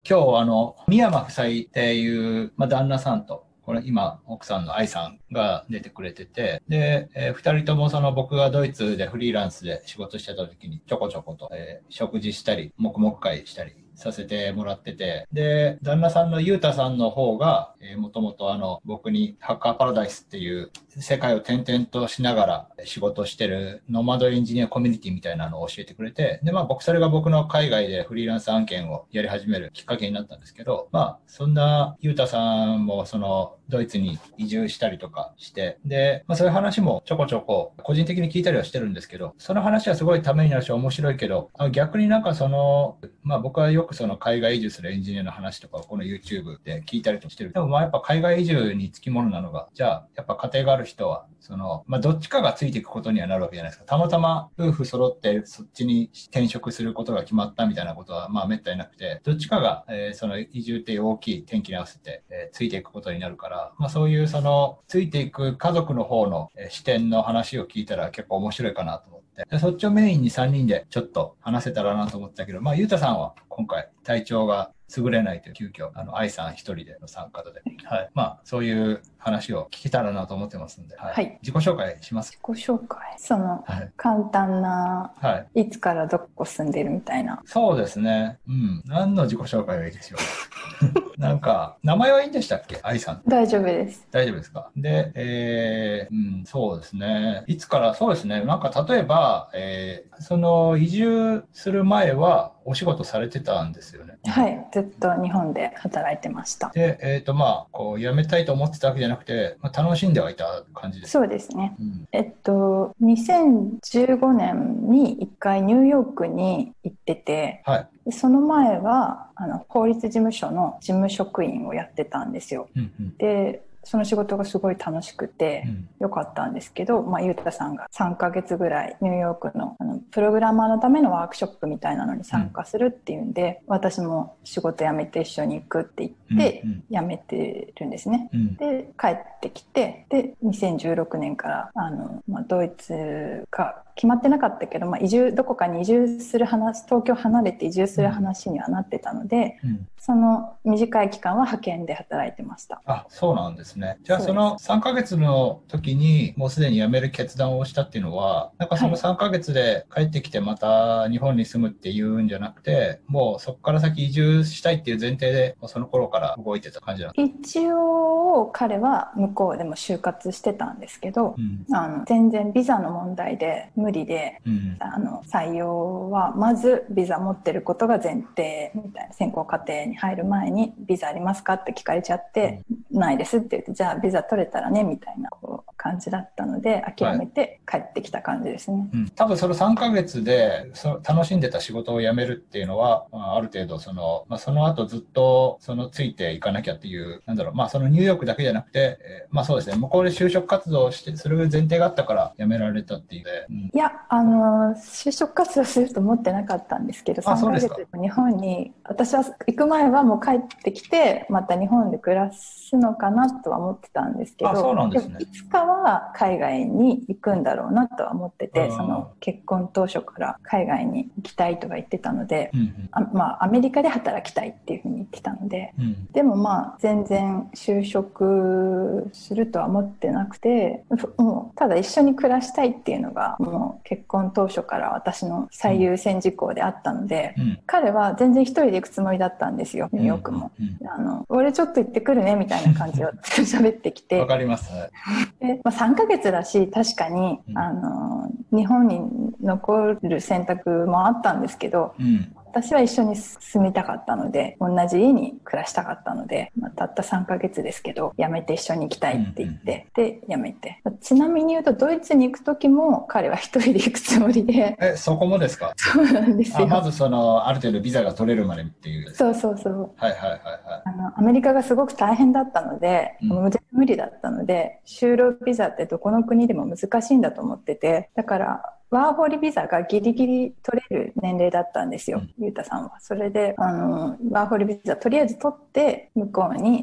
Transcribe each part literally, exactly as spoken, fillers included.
今日あの深山夫妻っていう、まあ、旦那さんとこれ今奥さんの愛さんが出てくれてて、で、えー、ふたりともその僕がドイツでフリーランスで仕事してた時にちょこちょこと、えー、食事したり黙々会したりさせてもらってて、で旦那さんのゆうたさんの方が、えー、もともとあの僕にハッカーパラダイスっていう世界を転々としながら仕事してるノマドエンジニアコミュニティみたいなのを教えてくれて、でまあ僕それが僕の海外でフリーランス案件をやり始めるきっかけになったんですけど、まあそんなゆうたさんもそのドイツに移住したりとかして、で、まあ、そういう話もちょこちょこ個人的に聞いたりはしてるんですけど、その話はすごいためになるし面白いけど、逆になんかその、まあ僕はよくその海外移住するエンジニアの話とかをこの YouTube で聞いたりとしてる。でもまあやっぱ海外移住につきものなのが、じゃあやっぱ家庭がある人は、その、まあどっちかがついていくことにはなるわけじゃないですか。たまたま夫婦揃ってそっちに転職することが決まったみたいなことはまあめったになくて、どっちかが、えー、その移住っていう大きい転機に合わせて、えー、ついていくことになるから、まあそういうそのついていく家族の方の視点の話を聞いたら結構面白いかなと思って、でそっちをメインにさんにんでちょっと話せたらなと思ったけど、まあゆうたさんは今回体調が優れないという急遽あの愛さん一人での参加で、はい、まあそういう話を聞けたらなと思ってますんで、はいはい、自己紹介します。 自己紹介、その、はい、簡単な、はい、いつからどこ住んでるみたいな。 そうですね。うん。何の自己紹介がいいでしょう。なんか名前はいいんでしたっけ、愛さん。 大丈夫です。 大丈夫ですか。で、えー、うん、そうですね。いつからそうですね。なんか例えば、えー、その移住する前はお仕事されてたんですよね。 はい、ずっと日本で働いてました。 で、えっとまあこう辞めたいと思ってたわけじゃなくて、まあ、楽しんではいた感じですか。 そうですね。うん、えっとにせんじゅうごねんに一回ニューヨークに行ってて、はい、でその前はあの法律事務所の事務職員をやってたんですよ。うんうん、でその仕事がすごい楽しくて良かったんですけど、うん、まあ、ゆうたさんがさんかげつぐらいニューヨーク の, あのプログラマーのためのワークショップみたいなのに参加するっていうんで、うん、私も仕事辞めて一緒に行くって言って辞めてるんですね。うん、で帰ってきて、でにせんじゅうろくねんからあの、まあ、ドイツが決まってなかったけど、まあ、移住どこかに移住する話、東京離れて移住する話にはなってたので、うん、その短い期間は派遣で働いてました。 あ、そうなんですね。じゃあそのさんかげつの時にもうすでに辞める決断をしたっていうのは、なんかそのさんかげつで帰ってきてまた日本に住むっていうんじゃなくて、もうそこから先移住したいっていう前提でその頃から動いてた感じなんですか？ 一応彼は向こうでも就活してたんですけど、うん、あの全然ビザの問題で無理で、うん、あの採用はまずビザ持ってることが前提みたいな、選考過程に入る前にビザありますかって聞かれちゃって、うん、ないですって言って、じゃあビザ取れたらねみたいなこう感じだったので諦めて帰ってきた感じですね。はい、 うん、多分そのさんかげつでそ楽しんでた仕事を辞めるっていうのは、まあ、ある程度その、まあ、その後ずっとそのついていかなきゃっていうなんだろう、まあそのニューヨークだけじゃなくて、えー、まあそうですね、向こうで就職活動をしてする前提があったから辞められたっていう、 うん、いやあの就職活動すると思ってなかったんですけど、さんかげつ日本に、私は行く前はもう帰ってきてまた日本で暮らすのかなとは思ってたんですけど、 あ、そうなんですね、 いつかは海外に行くんだろうなとは思ってて、その結婚当初から海外に行きたいとか言ってたので、うんうん、あまあ、アメリカで働きたいっていうふうに言ってたので、うん、でもまあ全然就職するとは思ってなくて、もうただ一緒に暮らしたいっていうのがもう結婚当初から私の最優先事項であったので、うん、彼は全然一人で行くつもりだったんですよ、ニューヨークも、うんうん、あの俺ちょっと行ってくるねみたいな感じを喋ってきてわかります、 で、まあ、さんかげつだし確かに、うん、あの日本に残る選択もあったんですけど、うん、私は一緒に住みたかったので、同じ家に暮らしたかったので、まあ、たったさんかげつですけど辞めて一緒に行きたいって言って、うんうん、で辞めて、ちなみに言うとドイツに行く時も彼は一人で行くつもりで。 え、そこもですか？ そうなんですよ。 あ、まずそのある程度ビザが取れるまでっていう。 そうそうそう。 はいはいはいはい。 あのアメリカがすごく大変だったので、うん、もう無理だったので、就労ビザってどこの国でも難しいんだと思ってて、だからワーホリビザがギリギリ取れる年齢だったんですよ、うん、ゆうたさんは。それであのワーホリビザとりあえず取って向こうに行っ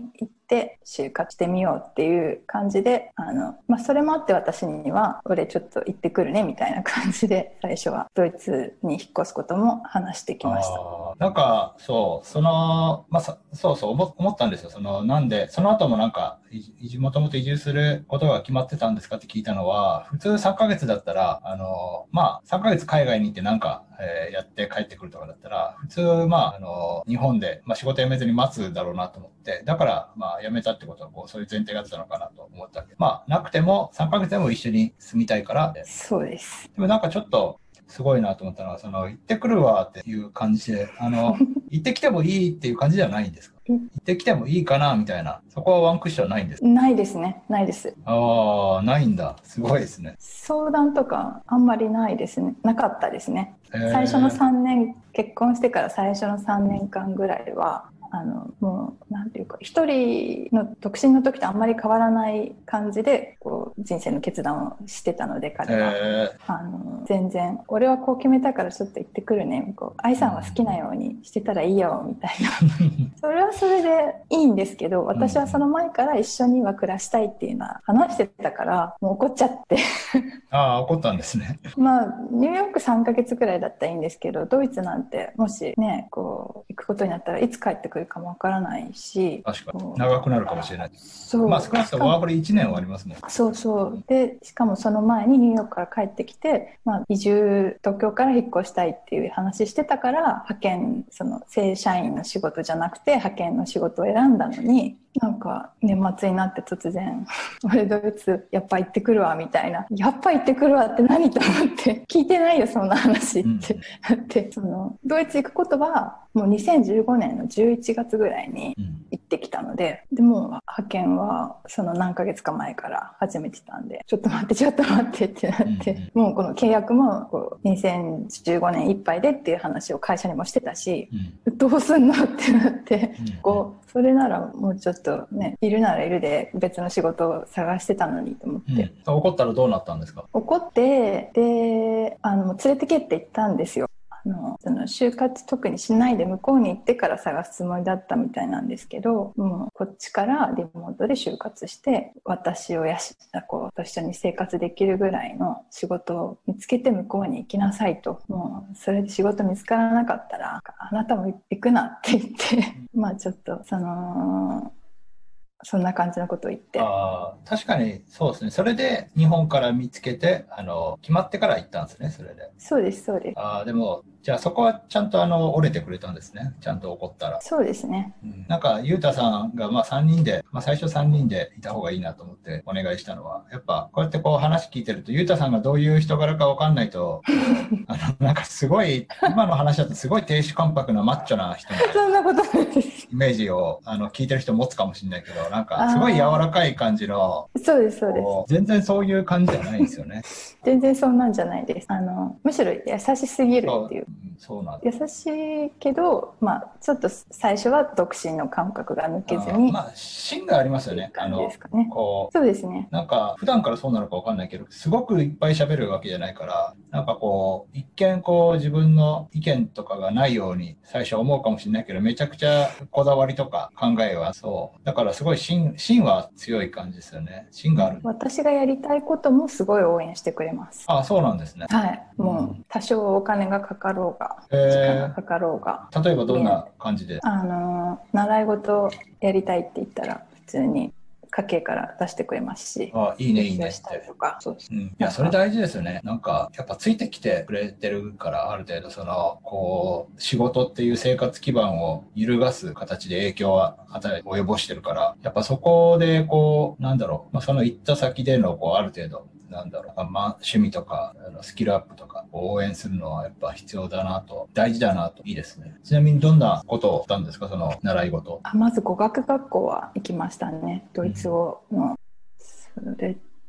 って就活してみようっていう感じで、あの、まあ、それもあって私には俺ちょっと行ってくるねみたいな感じで最初はドイツに引っ越すことも話してきました。 あなんかそうその、まあ、そうそう思思ったんですよ。そのなんでその後もなんかもともと移住することが決まってたんですかって聞いたのは、普通さんかげつだったらあのまあさんかげつ海外に行ってなんか、えー、やって帰ってくるとかだったら普通まああの日本で、まあ、仕事辞めずに待つだろうなと思って、だからまあ辞めたってことはこうそういう前提があったのかなと思ったけど、まあなくてもさんかげつでも一緒に住みたいから。 そうです。 でもなんかちょっとすごいなと思ったのは、その行ってくるわっていう感じで、あの行ってきてもいいっていう感じではないんですか？行ってきてもいいかなみたいな、そこはワンクッションないんですか？ ないですね、ないです。 ああ、ないんだ。すごいですね。 相談とかあんまりないですね。なかったですね。最初のさんねん、結婚してから最初のさんねんかんぐらいはあのもうなんていうか一人の独身の時とあんまり変わらない感じでこう人生の決断をしてたので、彼は、えー、あの全然俺はこう決めたからちょっと行ってくるね、こう愛さんは好きなようにしてたらいいよみたいなそれはそれでいいんですけど、私はその前から一緒には暮らしたいっていうのは話してたからもう怒っちゃってああ、怒ったんですね。 まあニューヨークさんかげつくらいだったらいいんですけど、ドイツなんてもしねこう行くことになったらいつ帰ってくるかもわからないし、 確かに長くなるかもしれない。 そう、 まあ少なくともワーホリいちねんはありますもん。 そうそうで、しかもその前にニューヨークから帰ってきて、まあ、移住東京から引っ越したいっていう話してたから、派遣その正社員の仕事じゃなくて派遣の仕事を選んだのに、なんか年末になって突然俺ドイツやっぱ行ってくるわみたいな、やっぱ行ってくるわって何と思って聞いてないよそんな話って、うん、だってそのドイツ行くことはもうにせんじゅうごねんのじゅういちがつぐらいに行ってきたので、でもう派遣はその何ヶ月か前から始めてたんで、ちょっと待ってちょっと待ってってなって、うんうん、もうこの契約もこうにせんじゅうごねんいっぱいでっていう話を会社にもしてたし、うん、どうすんのってなって、うんうん、こうそれならもうちょっとね、いるならいるで別の仕事を探してたのにと思って、 うん、怒ったらどうなったんですか？ 怒ってであの連れてけって言ったんですよ。あのその就活特にしないで向こうに行ってから探すつもりだったみたいなんですけど、もうこっちからリモートで就活して私をやしこうと一緒に生活できるぐらいの仕事を見つけて向こうに行きなさいと、もうそれで仕事見つからなかったらあなたも行くなって言ってまあちょっとそのそんな感じのことを言って。 あ確かにそうですね。それで日本から見つけてあの決まってから行ったんですね。それで。 そうですそうです。 あでもじゃあそこはちゃんとあの折れてくれたんですね。ちゃんと怒ったら。 そうですね。 うん、なんかゆうたさんがまあさんにんで、まあ、最初さんにんでいた方がいいなと思ってお願いしたのは、やっぱこうやってこう話聞いてるとゆうたさんがどういう人柄か分かんないとあのなんかすごい今の話だとすごい亭主関白なマッチョな人のそんなことないです。 イメージをあの聞いてる人持つかもしれないけど、なんかすごい柔らかい感じの。 そうですそうです。 全然そういう感じじゃないんですよね。 全然そんなんじゃないです。あのむしろ優しすぎるっていう。 そうなんです。 優しいけど、まあ、ちょっと最初は独身の感覚が抜けずに、 あまあ芯がありますよね。 感じですかね。こうそうですね。 なんか普段からそうなのかわかんないけど、すごくいっぱい喋るわけじゃないから、なんかこう一見こう自分の意見とかがないように最初思うかもしれないけど、めちゃくちゃこだわりとか考えはそうだからすごい芯芯は強い感じですよね。芯がある。 私がやりたいこともすごい応援してくれます。 あ、そうなんですね。 はい。もう多少お金がかかろうが、時間がかかろうが。 例えばどんな感じで？ あの習い事やりたいって言ったら普通に家計から出してくれますし、 あいいねいいねしたりとか、そううん、いやそれ大事ですよね。なんかやっぱついてきてくれてるから、ある程度そのこう仕事っていう生活基盤を揺るがす形で影響は与え及ぼしてるから、やっぱそこでこうなんだろう、まあ、その行った先でのこうある程度なんだろう、まあ、趣味とかスキルアップとか応援するのはやっぱ必要だなと、大事だなと。いいですね。ちなみにどんなことをしたんですか、その習い事？ あまず語学学校は行きましたね。ドイツ語の、うん、それ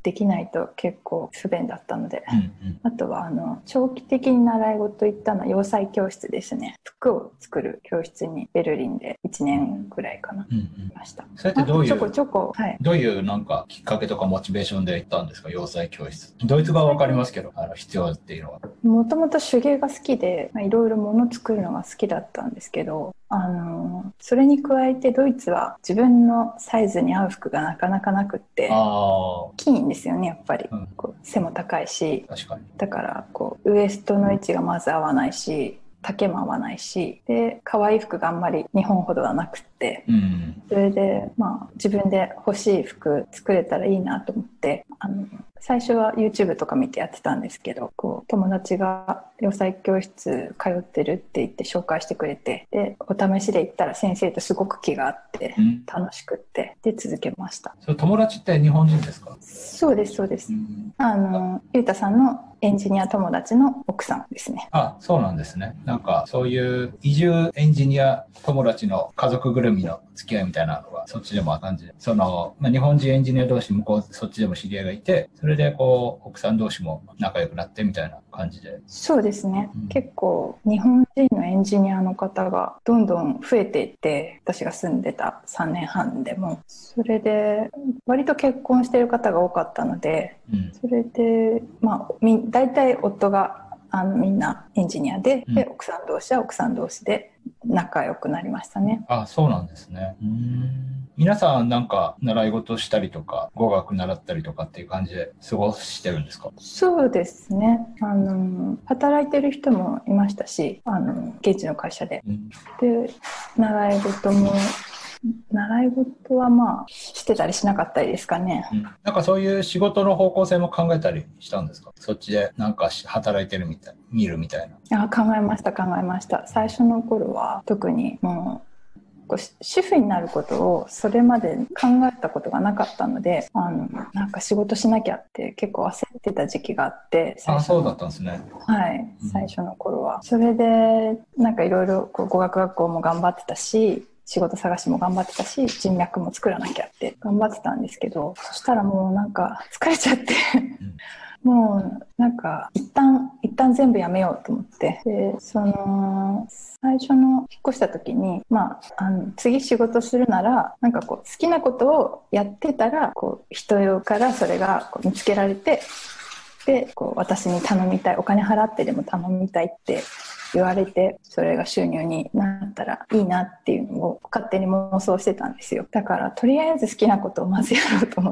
できないと結構不便だったので、 うんうん、 あとはあの長期的に習い事行ったのは洋裁教室ですね。服を作る教室にベルリンでいちねんぐらいかな、うんうん、いました。 それってどういうちょこちょこ、はい、 どういうなんかきっかけとかモチベーションで行ったんですか、洋裁教室。ドイツ語は分かりますけど、あの必要っていうのは。 もともと手芸が好きで、いろいろ物作るのが好きだったんですけど、あのそれに加えてドイツは自分のサイズに合う服がなかなかなくって、大きいんですよねやっぱり、うん、こう背も高いし、 確かにだからこうウエストの位置がまず合わないし、丈も合わないし、で可愛い服があんまり日本ほどはなくって、うん、それでまあ自分で欲しい服作れたらいいなと思って、あの最初は YouTube とか見てやってたんですけど、こう友達が洋裁教室通ってるって言って紹介してくれて、でお試しで行ったら先生とすごく気が合って楽しくって、で続けました。 それ友達って日本人ですか？ そうですそうです、うん、あのゆうたさんのエンジニア友達の奥さんですね。 あ、そうなんですね。なんかそういう移住エンジニア友達の家族ぐるみの付き合いみたいなのがそっちでもある感じで、その、まあ、日本人エンジニア同士向こうそっちでも知り合いがいて、それでこう奥さん同士も仲良くなってみたいな感じで。 そうですね、うん、結構日本人のエンジニアの方がどんどん増えていって、私が住んでたさんねんはんでもそれで割と結婚している方が多かったので、うん、それでまあ大体夫があのみんなエンジニア で,、うん、で奥さん同士は奥さん同士で仲良くなりましたね。 あ、そうなんですね。うーん、皆さんなんか習い事したりとか語学習ったりとかっていう感じで過ごしてるんですか？ そうですね、あの働いてる人もいましたし、あの現地の会社で、うん、で習い事も習い事はまあしてたりしなかったりですかね、うん、 なんかそういう仕事の方向性も考えたりしたんですか？そっちでなんか働いてるみたい、見るみたいな。 あ、考えました考えました。最初の頃は特にもう主婦になることをそれまで考えたことがなかったので、あのなんか仕事しなきゃって結構焦ってた時期があって、 最初の、あ、そうだったんですね。 はい、うん、最初の頃はそれでなんかいろいろ語学学校も頑張ってたし、仕事探しも頑張ってたし、人脈も作らなきゃって頑張ってたんですけど、そしたらもうなんか疲れちゃって、うん、もうなんか一旦一旦全部やめようと思って、でその最初の引っ越した時に、まあ、あの次仕事するならなんかこう好きなことをやってたらこう人からそれがこう見つけられて、でこう私に頼みたい、お金払ってでも頼みたいって言われて、それが収入になったらいいなっていうのを勝手に妄想してたんですよ。だからとりあえず好きなことをまずやろうと思って、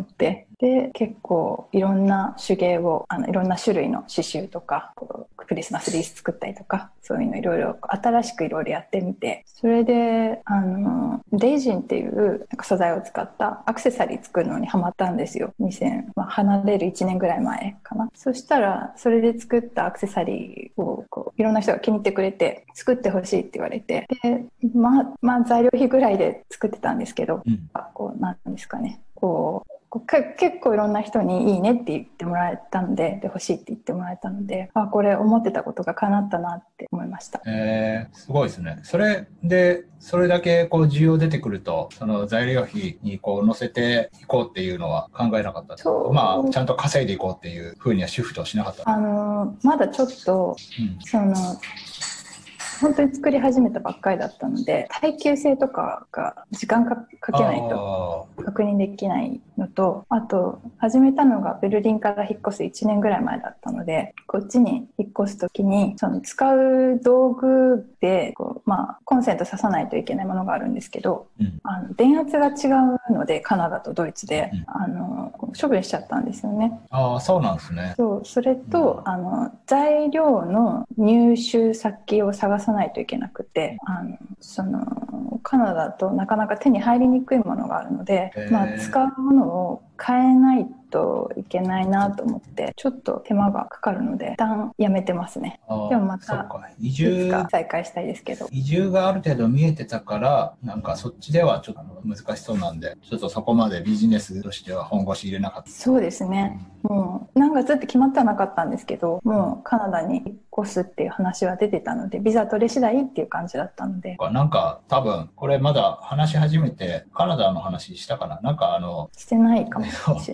で結構いろんな手芸をあのいろんな種類の刺繍とかクリスマスリース作ったりとか、そういうのいろいろ新しくいろいろやってみて、それであのレイジンっていうなんか素材を使ったアクセサリー作るのにハマったんですよ。にせん、まあ、離れるいちねんぐらい前かな。そしたらそれで作ったアクセサリーをこういろんな人が気に入ってくれて、作ってほしいって言われて、でまあ、まあ材料費ぐらいで作ってたんですけど、うん、こうなんですかね、こう結構いろんな人にいいねって言ってもらえたので、で欲しいって言ってもらえたので、あ、これ思ってたことが叶ったなって思いました。 えー、すごいですね。それでそれだけこう需要出てくると、その材料費にこう乗せていこうっていうのは考えなかった。そう、まあちゃんと稼いでいこうっていうふうにはシフトしなかった。 あのまだちょっと、うん、その本当に作り始めたばっかりだったので、耐久性とかが時間かけないと確認できないのと、あと始めたのがベルリンから引っ越すいちねんぐらい前だったので、こっちに引っ越すときにその使う道具でこう、まあ、コンセント挿さないといけないものがあるんですけど、うん、あの電圧が違うのでカナダとドイツで、うん、あの処分しちゃったんですよね。 ああ、そうなんですね。 そう、それと、うん、あの材料の入手先を探さないといけなくて、あのそのカナダとなかなか手に入りにくいものがあるので、まあ、使うものを変えないといけないなと思って、ちょっと手間がかかるので一旦やめてますね。でもまたいつか再開したいですけど、 移住がある程度見えてたから、なんかそっちではちょっと難しそうなんで、ちょっとそこまでビジネスとしては本腰入れなかった。 そうですね、もう何月って決まってはなかったんですけど、もうカナダに引っ越すっていう話は出てたので、ビザ取れ次第っていう感じだったので。 なんか多分これまだ話し始めてカナダの話したかな、なんかあのしてないかもしれない。 あ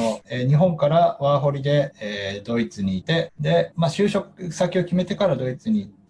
の、えー、日本からワーホリで、えー、ドイツにいて、で、まあ、就職先を決めてからドイツに行って、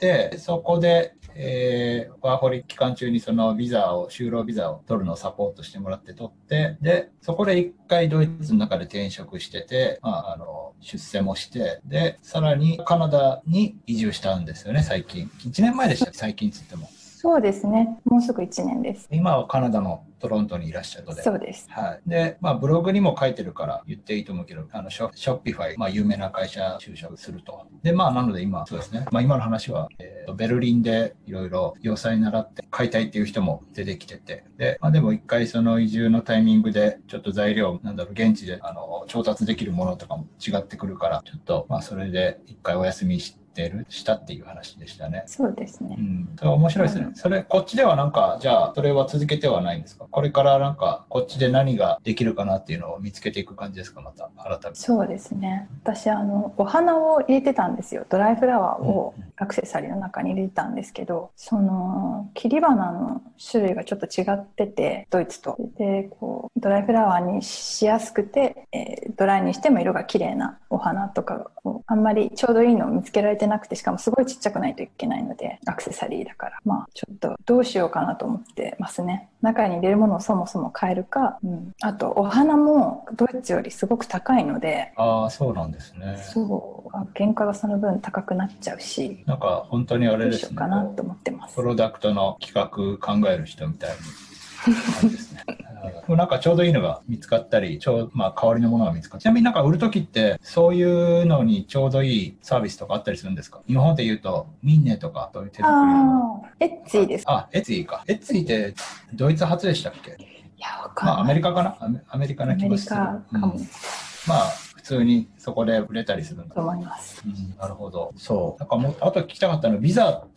そこで、えー、ワーホリ期間中にそのビザを、就労ビザを取るのをサポートしてもらって取って、で、そこで一回ドイツの中で転職してて、まあ、あの、出世もして、で、さらにカナダに移住したんですよね、最近。いちねんまえでした、最近つっても。 そうですね。もうすぐいちねんです。 今はカナダのトロントにいらっしゃるので。 そうです。 はい。で、まあ、ブログにも書いてるから言っていいと思うけど、あの、ショショッピファイ、まあ、有名な会社就職すると。で、まあ、なので今、そうですね。まあ、今の話は、えー、ベルリンでいろいろ洋裁習って買いたいっていう人も出てきてて。で、まあ、でも一回その移住のタイミングで、ちょっと材料、なんだろう、現地で、あの、調達できるものとかも違ってくるから、ちょっと、まあ、それで一回お休みして、したっていう話でしたね。 そうですね。 うん、それ面白いですね。それ、こっちではなんか、じゃあ、それは続けてはないんですか？これからなんか、こっちで何ができるかなっていうのを見つけていく感じですか？また、改めて。 そうですね。私、あの、お花を入れてたんですよ。ドライフラワーをアクセサリーの中に入れてたんですけど、その、切り花の種類がちょっと違ってて、ドイツと。で、こう、ドライフラワーにしやすくて、えー、ドライにしても色が綺麗なお花とかを、あんまりちょうどいいのを見つけられてなくて、しかもすごいちっちゃくないといけないので、アクセサリーだから、まあちょっとどうしようかなと思ってますね。中に入れるものをそもそも変えるか、うん、あとお花もドイツよりすごく高いので、 ああ、そうなんですね。 そう、原価がその分高くなっちゃうし、 なんか本当にあれですね。 どうしようかなと思ってます。 プロダクトの企画考える人みたいに。感じですね。でもなんかちょうどいいのが見つかったり、ちょう、まあ代わりのものが見つかった。ちなみになんか売るときって、そういうのにちょうどいいサービスとかあったりするんですか？日本で言うと、ミンネとか、そういう手作りの。 ああ、エッツィです。 あ、エッツィか。エッツィってドイツ初でしたっけ？ いや、わかんない。 まあアメリカかな？アメ、アメリカな気もする。 アメリカかも。うん、 まあ、普通にそこで売れたりするんだと思います。 うん、なるほど。そう。なんかもう、あと聞きたかったのは、ビザって、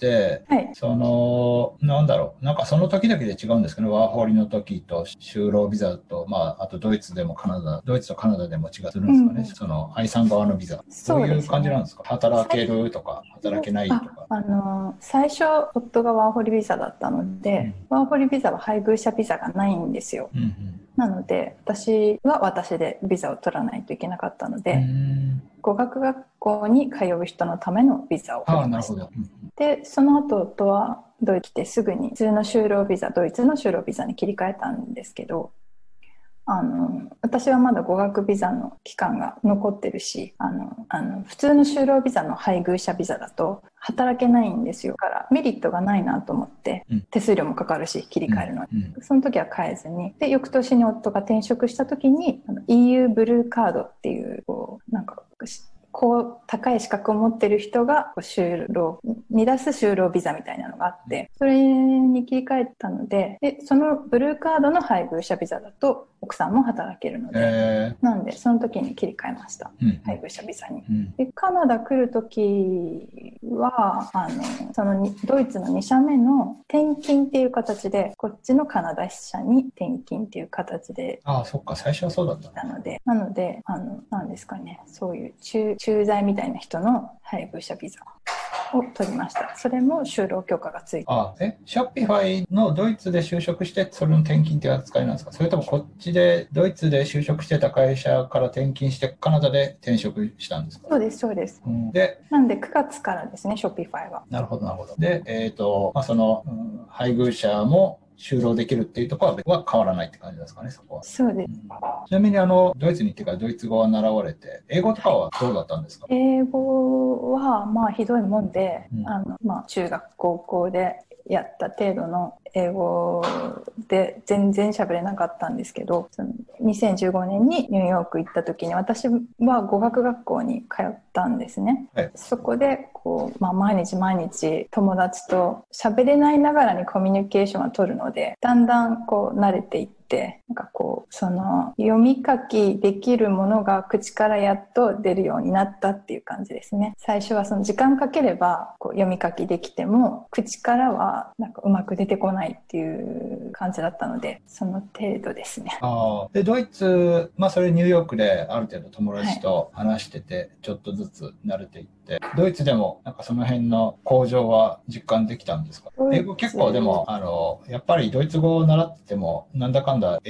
はい、 その、なんだろう。なんかその時々で違うんですけど、ワーホリの時と就労ビザと、まあ、あとドイツでもカナダ、ドイツとカナダでも違うするんですかね。うん、その、愛さん側のビザ。そういう感じなんですか？働けるとか、働けないとか。 あ、あの、最初、夫がワーホリビザだったので、うん、ワーホリビザは配偶者ビザがないんですよ。うんうん、なので、私は私でビザを取らないといけなかったので、語学学校に通う人のためのビザを取りました。で、その後、夫はドイツですぐに普通の就労ビザ、ドイツの就労ビザに切り替えたんですけど、あの私はまだ語学ビザの期間が残ってるし、あのあの普通の就労ビザの配偶者ビザだと働けないんですよ。だからメリットがないなと思って、うん、手数料もかかるし切り替えるのに、うんうん、その時は変えずに、で翌年に夫が転職した時にあの イーユー ブルーカードっていう、こうなんかこう高い資格を持ってる人が就労に出す就労ビザみたいなのがあって、それに切り替えたので、でそのブルーカードの配偶者ビザだと奥さんも働けるので、えー、なんでその時に切り替えました、うん、配偶者ビザに、うん、でカナダ来る時はあのそのドイツのに社目の転勤っていう形で、こっちのカナダ支社に転勤っていう形で、 ああ、そっか、最初はそうだったなので、なのであのなんですかね、そういう駐駐在みたいな人の配偶者ビザを取りました。それも就労許可がついて。 あ、え、ショッピファイのドイツで就職して、それの転勤っていう扱いなんですか？それともこっちで、ドイツで就職してた会社から転勤して、カナダで転職したんですか？ そうです、そうです。うん、で、なんでくがつからですね、ショッピファイは。 なるほど、なるほど。で、えっと、まあ、その、うん、配偶者も、就労できるっていうところは変わらないって感じですかね、そこは。 そうです。うん、 ちなみにあのドイツに行ってからドイツ語は習われて、英語とかはどうだったんですか？ 英語はまあひどいもんで、うん、あのまあ、中学高校でやった程度の英語で全然喋れなかったんですけど、そのにせんじゅうごねんにニューヨーク行った時に私は語学学校に通ったんですね、はい、そこでこう、まあ、毎日毎日友達と喋れないながらにコミュニケーションを取るので、だんだんこう慣れていって、なんかこうその読み書きできるものが口からやっと出るようになったっていう感じですね。最初はその時間かければこう読み書きできても、口からはなんかうまく出てこないっていう感じだったので、その程度ですね。 あでドイツ、まあ、それニューヨークである程度友達と話してて、はい、ちょっとずつ慣れていって、ドイツでもなんかその辺の向上は実感できたんですか？英語結構でもあのやっぱりドイツ語を習っててもなんだかんだ英語が多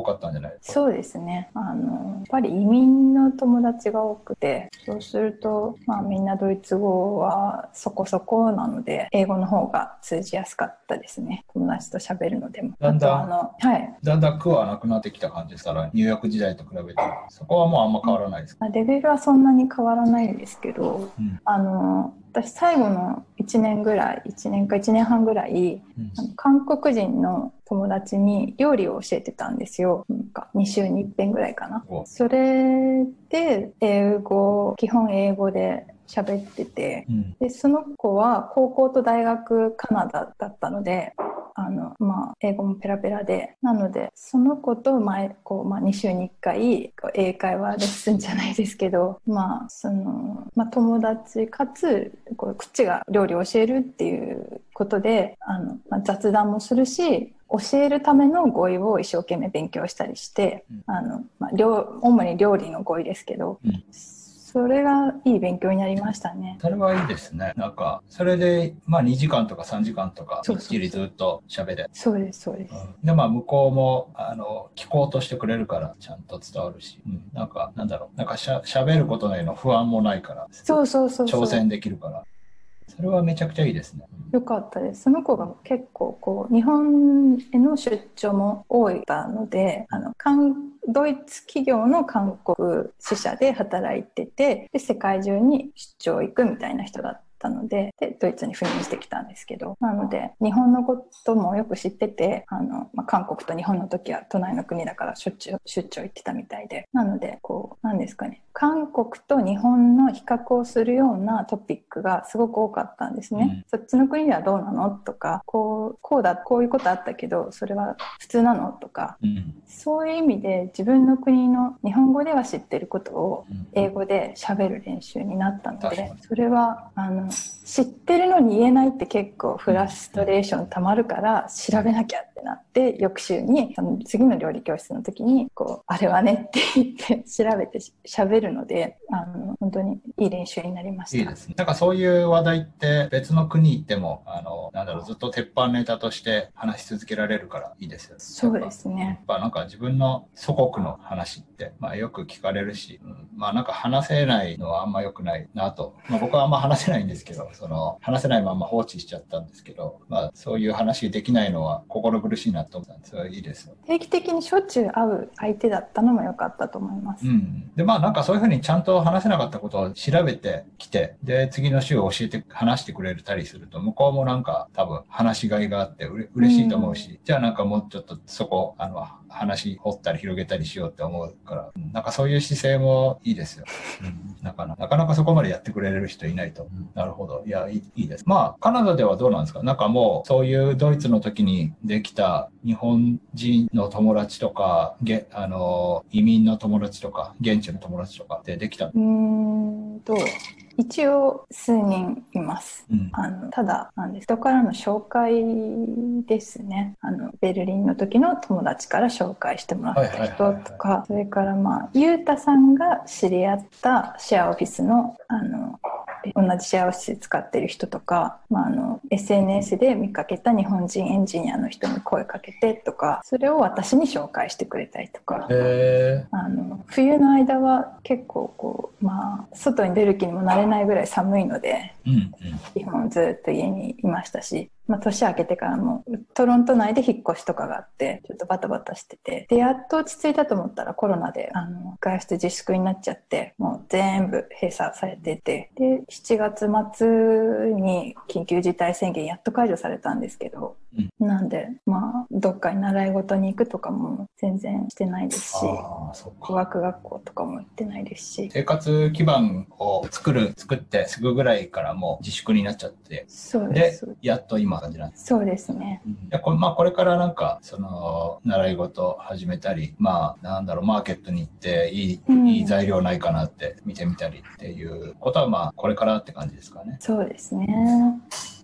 かったんじゃないですか？ そうですね。あの、やっぱり移民の友達が多くて、そうすると、まあみんなドイツ語はそこそこなので、英語の方が通じやすかったですね。友達と喋るのでも。 だんだん、 あとあの、はい。 だんだん苦はなくなってきた感じですから、ニューヨーク時代と比べて。そこはもうあんま変わらないですか？ レベルはそんなに変わらないんですけど、 うん、 あの、私最後のいちねんぐらい、いちねんかいちねんはんぐらい、うん、あの韓国人の友達に料理を教えてたんですよ。なんかに週にいっぺんぐらいかな。それで英語、基本英語で喋ってて、うん、でその子は高校と大学カナダだったので、あのまあ、英語もペラペラで、なのでその子と前こう、まあ、に週にいっかい英会話レッスンじゃないですけど、まあそのまあ、友達かつこうこっちが料理を教えるっていうことで、あの、まあ、雑談もするし、教えるための語彙を一生懸命勉強したりして、うん、あのまあ、主に料理の語彙ですけど、うん、それがいい勉強になりましたね。 それはいいですね。なんかそれでまあにじかんとかさんじかんとかみっちりずっと喋れ。 そうですそうです。 うん、でまあ向こうもあの聞こうとしてくれるからちゃんと伝わるし、うん、なんかなんだろう、なんかしゃ喋ることへの不安もないから、 そうそうそうそう、 挑戦できるから。それはめちゃくちゃいいですね。 よかったです。その子が結構こう日本への出張も多いので、あのドイツ企業の韓国支社で働いてて、で世界中に出張行くみたいな人だったたので、でドイツに赴任してきたんですけど、なので日本のこともよく知ってて、あの、まあ、韓国と日本の時は隣の国だからしょっちゅう出張行ってたみたいで、なのでこうなんですかね、韓国と日本の比較をするようなトピックがすごく多かったんですね、うん、そっちの国ではどうなのとか、こう、こうだこういうことあったけどそれは普通なのとか、うん、そういう意味で自分の国の日本語では知ってることを英語で喋る練習になったので、それはあの知ってるのに言えないって結構フラストレーションたまるから調べなきゃってなって、翌週にその次の料理教室の時にこうあれはねって言って調べて喋るので、あの本当にいい練習になりました。 いいですね。なんかそういう話題って別の国行ってもあのなんだろう、ずっと鉄板ネタとして話し続けられるからいいですよね。 そうですね。 やっぱなんか自分の祖国の話って、まあ、よく聞かれるし、うん、まあなんか話せないのはあんま良くないなと、まあ、僕はあんま話せないんですけど、その話せないまま放置しちゃったんですけど、まあそういう話できないのは心苦しいなと思ったんです。それはいいですよ。 定期的にしょっちゅう会う相手だったのも良かったと思います。 うん、でまあなんかそういうふうにちゃんと話せなかったことを調べてきて、で次の週を教えて話してくれたりすると、向こうもなんか多分話しがいがあってうれ嬉しいと思うし、うん、じゃあなんかもうちょっとそこあの話掘ったり広げたりしようって思うから、なんかそういう姿勢もいいですよ。うん、なかなかなかなかそこまでやってくれる人いないと。うん、なるほど。いやいい、いいです。まあカナダではどうなんですか？なんかもうそういうドイツの時にできた日本人の友達とか、げあの移民の友達とか現地の友達とかってできた？ うーんと一応数人います、うん、あのただなんです、人からの紹介ですね。あのベルリンの時の友達から紹介してもらった人とか、それからまあゆうたさんが知り合ったシェアオフィスのあの同じシェアオフィス使ってる人とか、まあ、あの エスエヌエス で見かけた日本人エンジニアの人に声かけてとか、それを私に紹介してくれたりとか、 へー、 あの冬の間は結構こう、まあ、外に出る気にもなれないぐらい寒いので、うんうん、基本ずっと家にいましたし、まあ、年明けてからもトロント内で引っ越しとかがあってちょっとバタバタしてて、でやっと落ち着いたと思ったらコロナであの外出自粛になっちゃって、もう全部閉鎖されてて、でしちがつ末に緊急事態宣言やっと解除されたんですけど、うん、なんでまあどっかに習い事に行くとかも全然してないですし、語学学校とかも行ってないですし、 生活基盤を作る作ってすぐぐらいからもう自粛になっちゃって、 そうです。 でやっと今感じなんです。 そうですね。 うん、こ, まあ、これからなんかその習い事始めたり、まあなんだろう、マーケットに行っていい、うん、いい材料ないかなって見てみたりっていうことはまあこれからって感じですかね。 そうですね。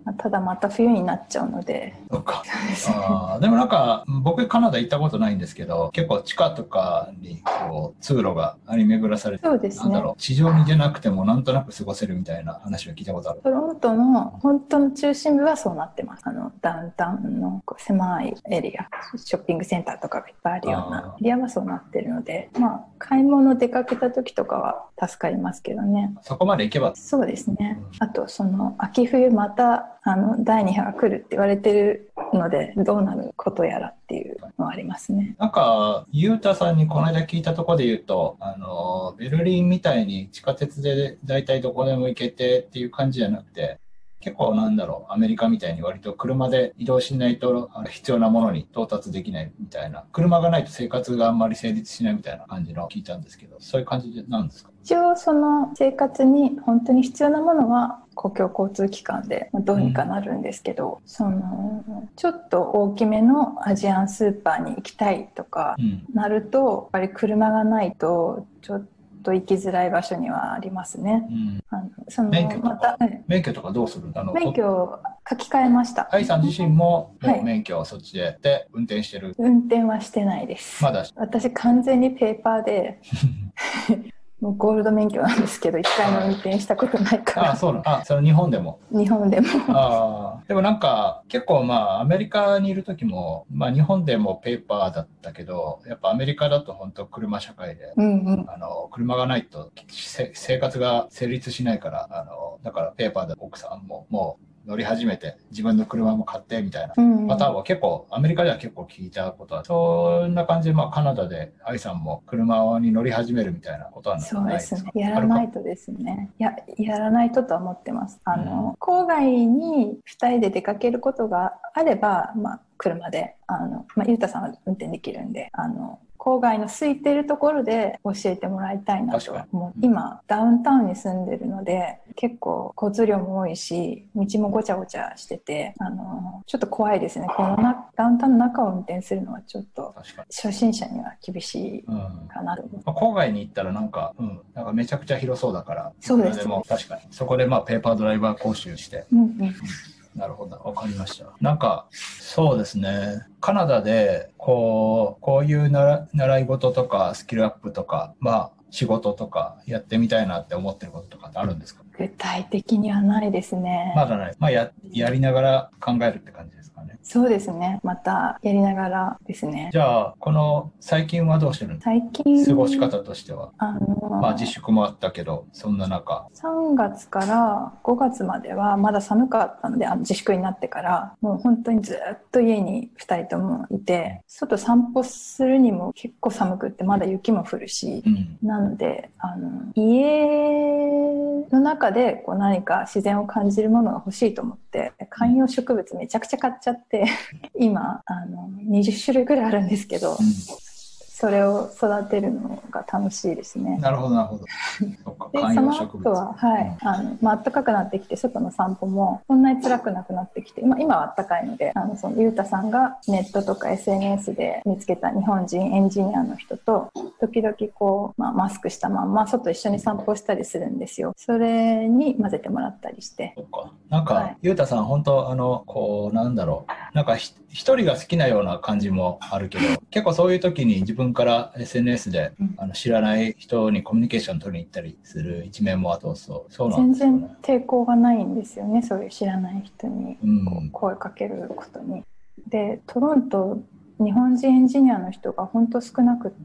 ただまた冬になっちゃうので。 そうか。あでもなんか僕カナダ行ったことないんですけど、結構地下とかにこう通路が張り巡らされて、 そうですね、 なんだろう、地上に出なくてもなんとなく過ごせるみたいな話を聞いたことある。 トロントの本当の中心部はそうなってます。あのダウンタウンのこう狭いエリア、ショッピングセンターとかがいっぱいあるようなエリアはそうなってるので、まあ買い物出かけた時とかは助かりますけどね。 そこまで行けば。 そうですね。あとその秋冬またあのだいに波が来るって言われてるので、どうなることやらっていうのはありますね。 なんかゆうたさんにこの間聞いたところで言うと、あのベルリンみたいに地下鉄でだいたいどこでも行けてっていう感じじゃなくて、結構なんだろう、アメリカみたいに割と車で移動しないと必要なものに到達できないみたいな、車がないと生活があんまり成立しないみたいな感じの聞いたんですけど、そういう感じなんですか？ 一応その生活に本当に必要なものは公共交通機関でどうにかなるんですけど、うん、そのちょっと大きめのアジアンスーパーに行きたいとかなると、うん、やっぱり車がないとちょっとと行きづらい場所にはありますね。うん、あのその免許とか、 また免許とかどうする？あの免許を書き換えました。 愛さん自身も免許をそっちで、で運転してる？ 運転はしてないです。 まだ私完全にペーパーでもうゴールド免許なんですけど、一回も運転したことないから。 ああ、そうなの。あ、その日本でも。 日本でも。 ああ、でもなんか結構まあアメリカにいる時も、まあ日本でもペーパーだったけど、やっぱアメリカだと本当車社会で、 うんうん、 あの車がないと生活が成立しないから、あのだからペーパーで奥さんももう乗り始めて自分の車も買ってみたいなパターンは結構、うんうん、アメリカでは結構聞いたことは、そんな感じで、まあ、カナダで愛さんも車に乗り始めるみたいなことはないですか？ そうですね、やらないとですね。ややらないととは思ってます。あの、うん、郊外にふたりで出かけることがあれば、まあ、車であの、まあ、ゆうたさんは運転できるんで、あの郊外の空いてるところで教えてもらいたいなと思う。今ダウンタウンに住んでるので結構交通量も多いし、道もごちゃごちゃしてて、あのちょっと怖いですね。このなダウンタウンの中を運転するのはちょっと初心者には厳しいかなと思う。 うん、郊外に行ったらなんか、うん、なんかめちゃくちゃ広そうだから、 そうです。 でも確かにそこでまあペーパードライバー講習して、うんうんなるほど、わかりました。なんか、そうですね。カナダで、こう、こういう習い事とか、スキルアップとか、まあ、仕事とかやってみたいなって思ってることとかってあるんですか？ 具体的にはないですね。 まだない。まあ、や、やりながら考えるって感じですかね。 そうですね。またやりながらですね。 じゃあ、この最近はどうしてるの？ 最近過ごし方としては。 あのー、 まあ自粛もあったけど、そんな中。 さんがつからごがつまではまだ寒かったので、あの自粛になってからもう本当にずっと家にふたりともいて、外散歩するにも結構寒くって、まだ雪も降るし、うん、なのであの家の中でこう何か自然を感じるものが欲しいと思って観葉植物めちゃくちゃ買っちゃって今あのにじゅっしゅるいぐらいあるんですけど、うん、それを育てるのが楽しいですね。 なるほどなるほど。 でその後は、はい、うん、あのまあ、暖かくなってきて外の散歩もそんなに辛くなくなってきて、まあ、今は暖かいので、あのそのゆうたさんがネットとか エスエヌエス で見つけた日本人エンジニアの人と時々こう、まあ、マスクしたまんま外一緒に散歩したりするんですよ。それに混ぜてもらったりして。 そうか。なんか、はい、ゆうたさん本当あのこうなんだろう、なんか一人が好きなような感じもあるけど、結構そういう時に自分から エスエヌエス で、うん、あの知らない人にコミュニケーション取りに行ったりする一面もあとそうそうなんですよね。 全然抵抗がないんですよね、そういう知らない人にこう声かけることに、うん、でトロント日本人エンジニアの人が本当少なくって、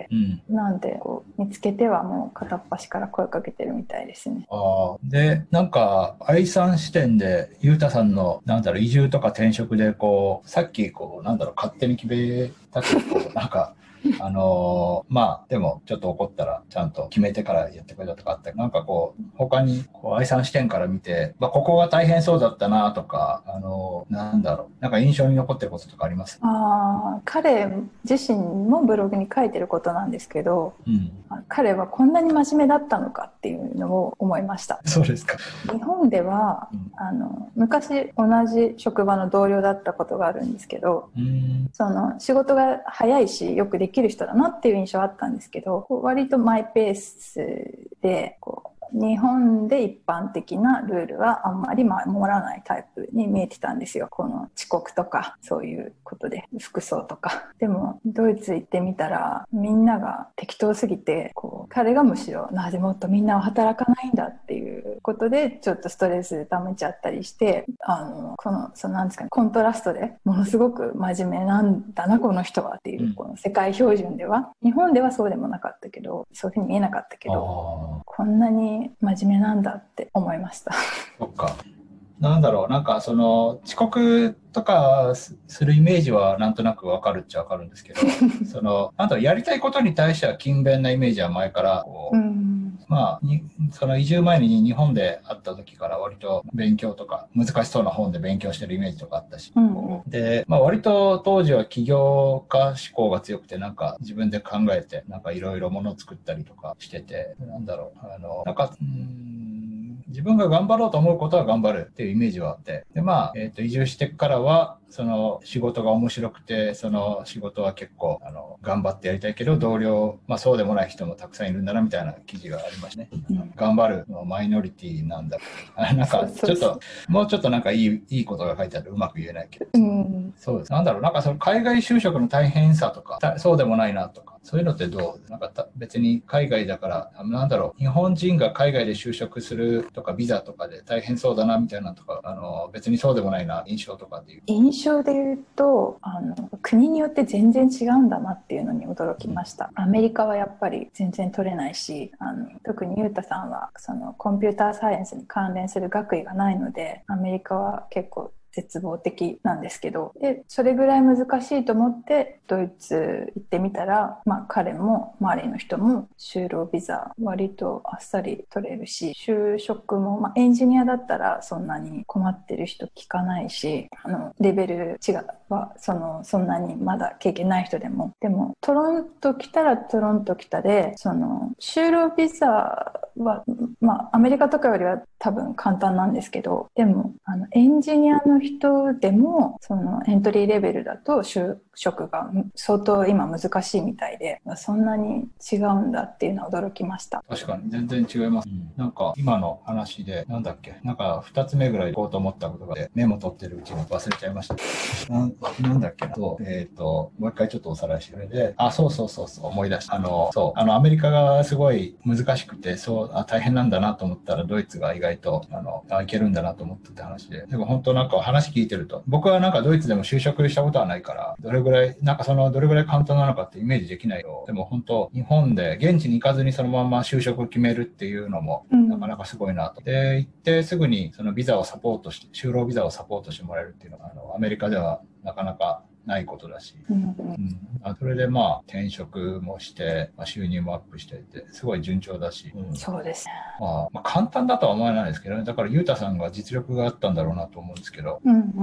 うん、なんでこう見つけてはもう片っ端から声かけてるみたいですね。 あでなんか愛さん視点でゆうたさんのなんだろう移住とか転職でこうさっきこうなんだろう勝手に決めたけどなんかあのー、まあでもちょっと怒ったらちゃんと決めてからやってくれたとかあったり、なんかこう他にこう愛さん視点から見て、まあ、ここが大変そうだったなとか、あのー、なんだろうなんか印象に残ってることとかあります？ あ彼自身もブログに書いてることなんですけど、うん、彼はこんなに真面目だったのかっていうのを思いました。 そうですか。 日本では、うん、あの昔同じ職場の同僚だったことがあるんですけど、うん、その仕事が早いしよくできる人だなっていう印象はあったんですけど、割とマイペースでこう日本で一般的なルールはあんまり守らないタイプに見えてたんですよ。この遅刻とかそういうことで、服装とか。でもドイツ行ってみたらみんなが適当すぎて、こう彼がむしろなぜもっとみんなは働かないんだっていうことでちょっとストレス溜めちゃったりして、あのこのそのなんですかね、コントラストでものすごく真面目なんだなこの人はっていう、うん、この世界標準では日本ではそうでもなかったけど、そういうふうに見えなかったけど、こんなに真面目なんだって思いました。 そっか。なんだろう、なんかその遅刻とかするイメージはなんとなくわかるっちゃわかるんですけどそのなんだろう、やりたいことに対しては勤勉なイメージは前からこう、うん、まあにその移住前に日本で会った時から割と勉強とか難しそうな本で勉強してるイメージとかあったし、うん、で、まあ、割と当時は起業家志向が強くて、なんか自分で考えてなんかいろいろものを作ったりとかしてて、なんだろう、あのなんかうーん自分が頑張ろうと思うことは頑張るっていうイメージはあって、で、まあ、えっと、移住してからは、その仕事が面白くて、その仕事は結構、あの、頑張ってやりたいけど、同僚、まあそうでもない人もたくさんいるんだな、みたいな記事がありましたね。うん、頑張るのマイノリティなんだ。なんか、ちょっと、もうちょっとなんかいい、いいことが書いてある。うまく言えないけど。うん、そうです。なんだろう、なんかその海外就職の大変さとか、そうでもないなとか、そういうのってどう？なんか別に海外だから、なんだろう、日本人が海外で就職するとか、ビザとかで大変そうだなみたいなとか、あの別にそうでもないな、印象とかっていう。 印象で言うと、あの国によって全然違うんだなっていうのに驚きました。アメリカはやっぱり全然取れないし、あの特にゆうたさんはそのコンピューターサイエンスに関連する学位がないので、アメリカは結構絶望的なんですけど、でそれぐらい難しいと思ってドイツ行ってみたら、まあ、彼も周りの人も就労ビザ割とあっさり取れるし、就職も、まあ、エンジニアだったらそんなに困ってる人聞かないし、あのレベル違うはそのそんなにまだ経験ない人でも、でもトロント来たらトロント来たで、その就労ビザは、まあ、アメリカとかよりは多分簡単なんですけど、でもあのエンジニアの人でもそのエントリーレベルだと就職が相当今難しいみたいで、そんなに違うんだっていうのは驚きました。 確かに全然違います、うん、なんか今の話でなんだっけ、なんかふたつめぐらい行こうと思ったことがでメモ取ってるうちに忘れちゃいました。な, なんだっけなと、えっ、ー、ともう一回ちょっとおさらいしてくれて、あ、そうそうそうそう思い出した。あのそうあのアメリカがすごい難しくて、そうあ大変なんだなと思ったらドイツが意外とあのあいけるんだなと思ってた話で、でも本当なんか話聞いてると、僕はなんかドイツでも就職したことはないからどれぐらいなんかそのどれぐらい簡単なのかってイメージできないよ。でも本当日本で現地に行かずにそのまま就職を決めるっていうのもなかなかすごいなと、うん、で行ってすぐにそのビザをサポートして就労ビザをサポートしてもらえるっていうのがあのアメリカではなかなかないことだし、うんうん、それでまあ転職もして、まあ、収入もアップしていてすごい順調だし、 うん、そうですね、 まあ、まあ簡単だとは思えないですけどね。だからゆうたさんが実力があったんだろうなと思うんですけど、うんうんうん、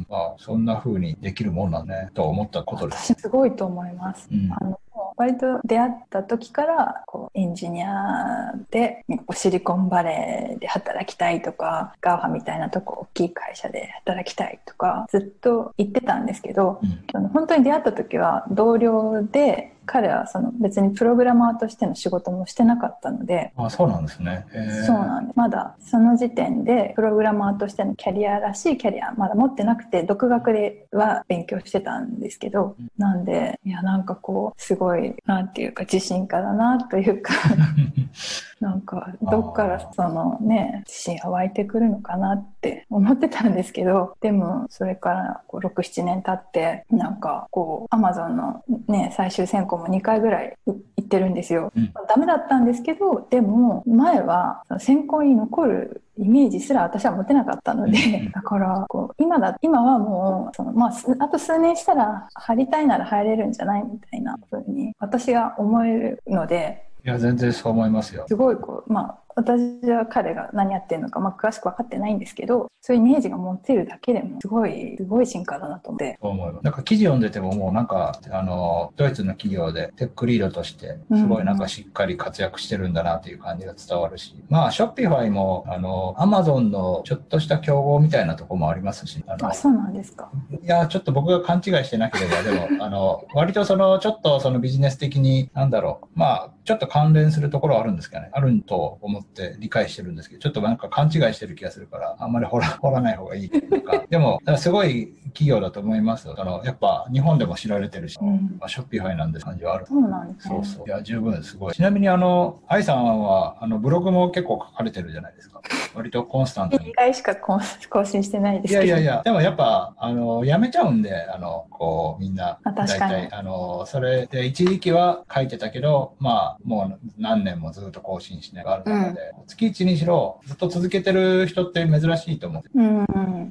まあそんな風にできるもんなんねと思ったことです。 私すごいと思います、うん、あの割と出会った時からこうエンジニアでシリコンバレーで働きたいとか、ガーファみたいなとこ大きい会社で働きたいとかずっと言ってたんですけど、うん、本当に出会った時は同僚で、彼はその別にプログラマーとしての仕事もしてなかったので。 あ、そうなんですね。 へー。そうなんです。まだその時点でプログラマーとしてのキャリアらしいキャリアまだ持ってなくて、独学では勉強してたんですけど、うん、なんでいやなんかこうすごいなんていうか自信家だなというかなんかどっからそのね自信が湧いてくるのかなって思ってたんですけど、でもそれからこうろく、ななねん経ってなんかこう Amazon のね最終選考もにかいぐらい行ってるんですよ、うん、ダメだったんですけど、でも前は選考に残るイメージすら私は持てなかったので、うん、だからこう 今だ今はもうその、まあ、あと数年したら入りたいなら入れるんじゃないみたいな風に私が思えるので。 いや全然そう思いますよ。 すごいこう、まあ、私は彼が何やってるのか、まあ、詳しく分かってないんですけど、そういうイメージが持てるだけでもすごいすごい進化だなと思って。 そう思います。なんか記事読んでてももうなんかあのドイツの企業でテックリードとしてすごいなんかしっかり活躍してるんだなっていう感じが伝わるし、うんうん、まあショッピファイもあのアマゾンのちょっとした競合みたいなところもありますし、 あのあそうなんですか。 いやちょっと僕が勘違いしてなければでもあの割とそのちょっとそのビジネス的になんだろう、まあちょっと関連するところはあるんですかね、あると思っって理解してるんですけど、ちょっとなんか勘違いしてる気がするから、あんまり掘ら、掘らない方がいいとか。でも、すごい企業だと思いますよ。あの、やっぱ日本でも知られてるし、うん、ショッピファイなんて感じはある。 そうなんですね。 そうそう。いや、十分すごい。ちなみにあの、愛さんは、あの、ブログも結構書かれてるじゃないですか。割とコンスタントに。 いっかいしか更新してないですけど。 いやいやいや、でもやっぱ、あの、やめちゃうんで、あの、こう、みんな。 大体、 あの、それで、一時期は書いてたけど、まあ、もう何年もずっと更新しないがある中で、うん、月一にしろ、ずっと続けてる人って珍しいと思う。うんうん、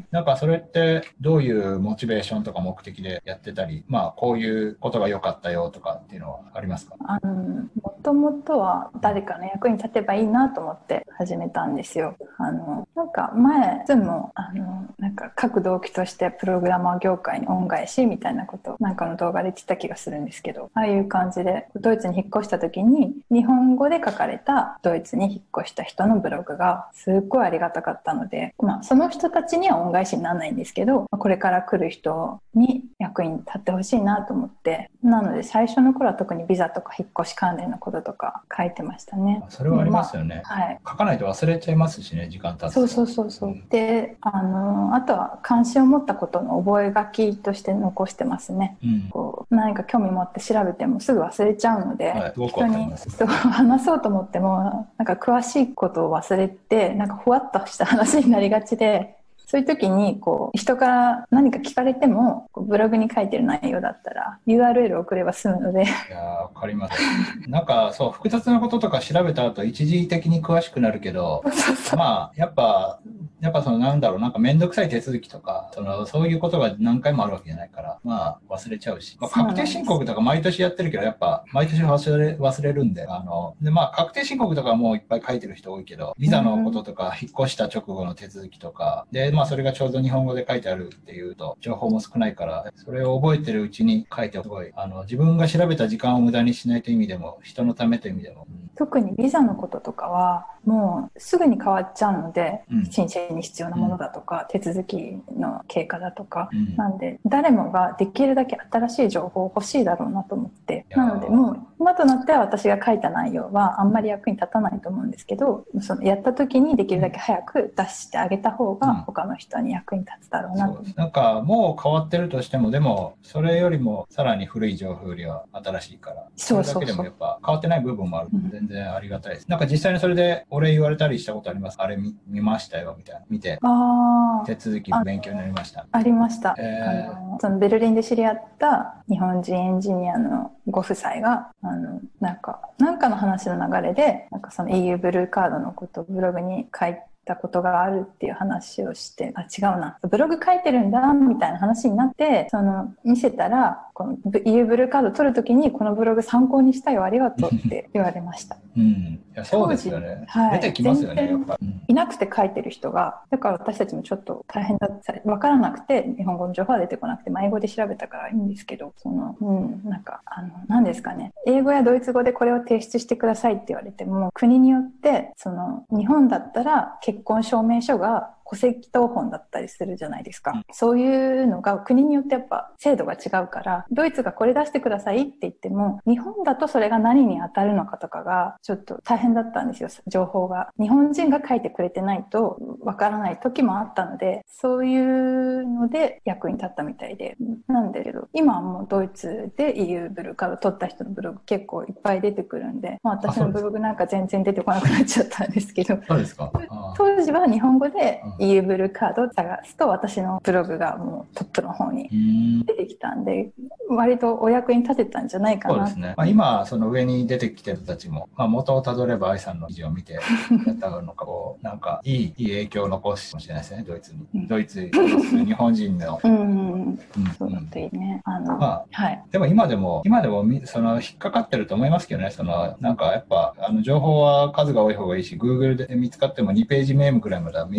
なんかそれって、どういうモチベーションとか目的でやってたり、まあ、こういうことが良かったよとかっていうのはありますか？ あの、もともとは誰かの役に立てばいいなと思って始めたんですよ。あの、なんか前、いつも、あの、なんか各動機としてプログラマー業界に恩返しみたいなことをなんかの動画で言ってた気がするんですけど、ああいう感じでドイツに引っ越した時に日本語で書かれたドイツに引っ越した人のブログがすっごいありがたかったので、まあその人たちには恩返しにならないんですけど、これから来る人に役に立ってほしいなと思って、なので最初の頃は特にビザとか引っ越し関連のこととか書いてましたね。 それはありますよね。まあ、はい。書かないと忘れちゃいますしね、時間経つと。 そうそうそうそう。うん、で、あの、あとは関心を持ったことの覚書として残してますね。うん、こう何か興味持って調べてもすぐ忘れちゃうので、はい、人に人話そうと思ってもなんか詳しいことを忘れて、なんかふわっとした話になりがちで、そういう時にこう人から何か聞かれてもブログに書いてる内容だったら ユーアールエル を送れば済むので。いやわかります。なんかそう複雑なこととか調べた後一時的に詳しくなるけどそうそう、まあやっぱやっぱそのなんだろうなんか面倒くさい手続きとかそのそういうことが何回もあるわけじゃないからまあ忘れちゃうし、まあ、確定申告とか毎年やってるけどやっぱ毎年忘れ忘れるんで、あのでまあ確定申告とかもういっぱい書いてる人多いけどビザのこととか引っ越した直後の手続きとかで、まあそれがちょうど日本語で書いてあるっていうと情報も少ないからそれを覚えてるうちに書いてすごいあの自分が調べた時間を無駄にしないという意味でも人のためという意味でも、うん、 特にビザのこととかはもうすぐに変わっちゃうので、うん、申請に必要なものだとか、うん、手続きの経過だとか、うん、なんで誰もができるだけ新しい情報欲しいだろうなと思って、なのでもう今となっては私が書いた内容はあんまり役に立たないと思うんですけど、そのやった時にできるだけ早く出してあげた方が他の人に役に立つだろうなと、 うん、なんかもう変わってるとしてもでもそれよりもさらに古い情報よりは新しいからそれだけでもやっぱ変わってない部分もある、うん、全然ありがたいです。なんか実際にそれでお礼言われたりしたことあります？あれ 見, 見ましたよみたいな見てあ手続き勉強になりました？ あ, ありました、えー、あのそのベルリンで知り合った日本人エンジニアのご夫妻があのなんかなんかの話の流れでなんかその イーユー ブルーカードのことをブログに書いてたことがあるっていう話をして、あ、違うな、ブログ書いてるんだみたいな話になって、その見せたらこの イーユー ブルーカード取るときにこのブログ参考にしたよありがとうって言われました。 うん、いやそうですよね、はい、出てきますよねやっぱ、うん、 いなくて書いてる人が、だから私たちもちょっと大変だった、分からなくて日本語の情報は出てこなくて、まあ、英語で調べたからいいんですけど、その、うん、なんかあの何ですかね、英語やドイツ語でこれを提出してくださいって言われても国によってその日本だったら結婚証明書が戸籍謄本だったりするじゃないですか、うん、そういうのが国によってやっぱ制度が違うから、ドイツがこれ出してくださいって言っても日本だとそれが何に当たるのかとかがちょっと大変だったんですよ。情報が日本人が書いてくれてないとわからない時もあったので、そういうので役に立ったみたいで、なんだけど今はもうドイツで イーユー ブルーカード取った人のブログ結構いっぱい出てくるんで、まあ、私のブログなんか全然出てこなくなっちゃったんですけど、 そうですか。 当時は日本語で イーユー ブルーカードを探すと私のブログがもうトップの方に出てきたんで、割とお役に立てたんじゃないかな。 そうですね、まあ、今その上に出てきてる人たちも、まあ、元をたどれば愛さんの記事を見てやったのかこうなんかいい、いい影響を残すかもしれないですね、ドイツに、うん、ドイツに日本人のうん、うん、 そうだといいね。あの、まあはい、 でも今でも今でもその引っかかってると思いますけどね。そのなんかやっぱあの情報は数が多い方がいいし、 Google で見つかってもにページ目ぐらいまでは見る、う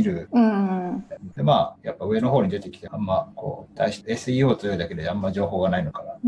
ん。 で、まあ、やっぱ上の方に出てきて、あんま、こう、対して エスイーオー 強いだけであんま情報がないのかな。 うん。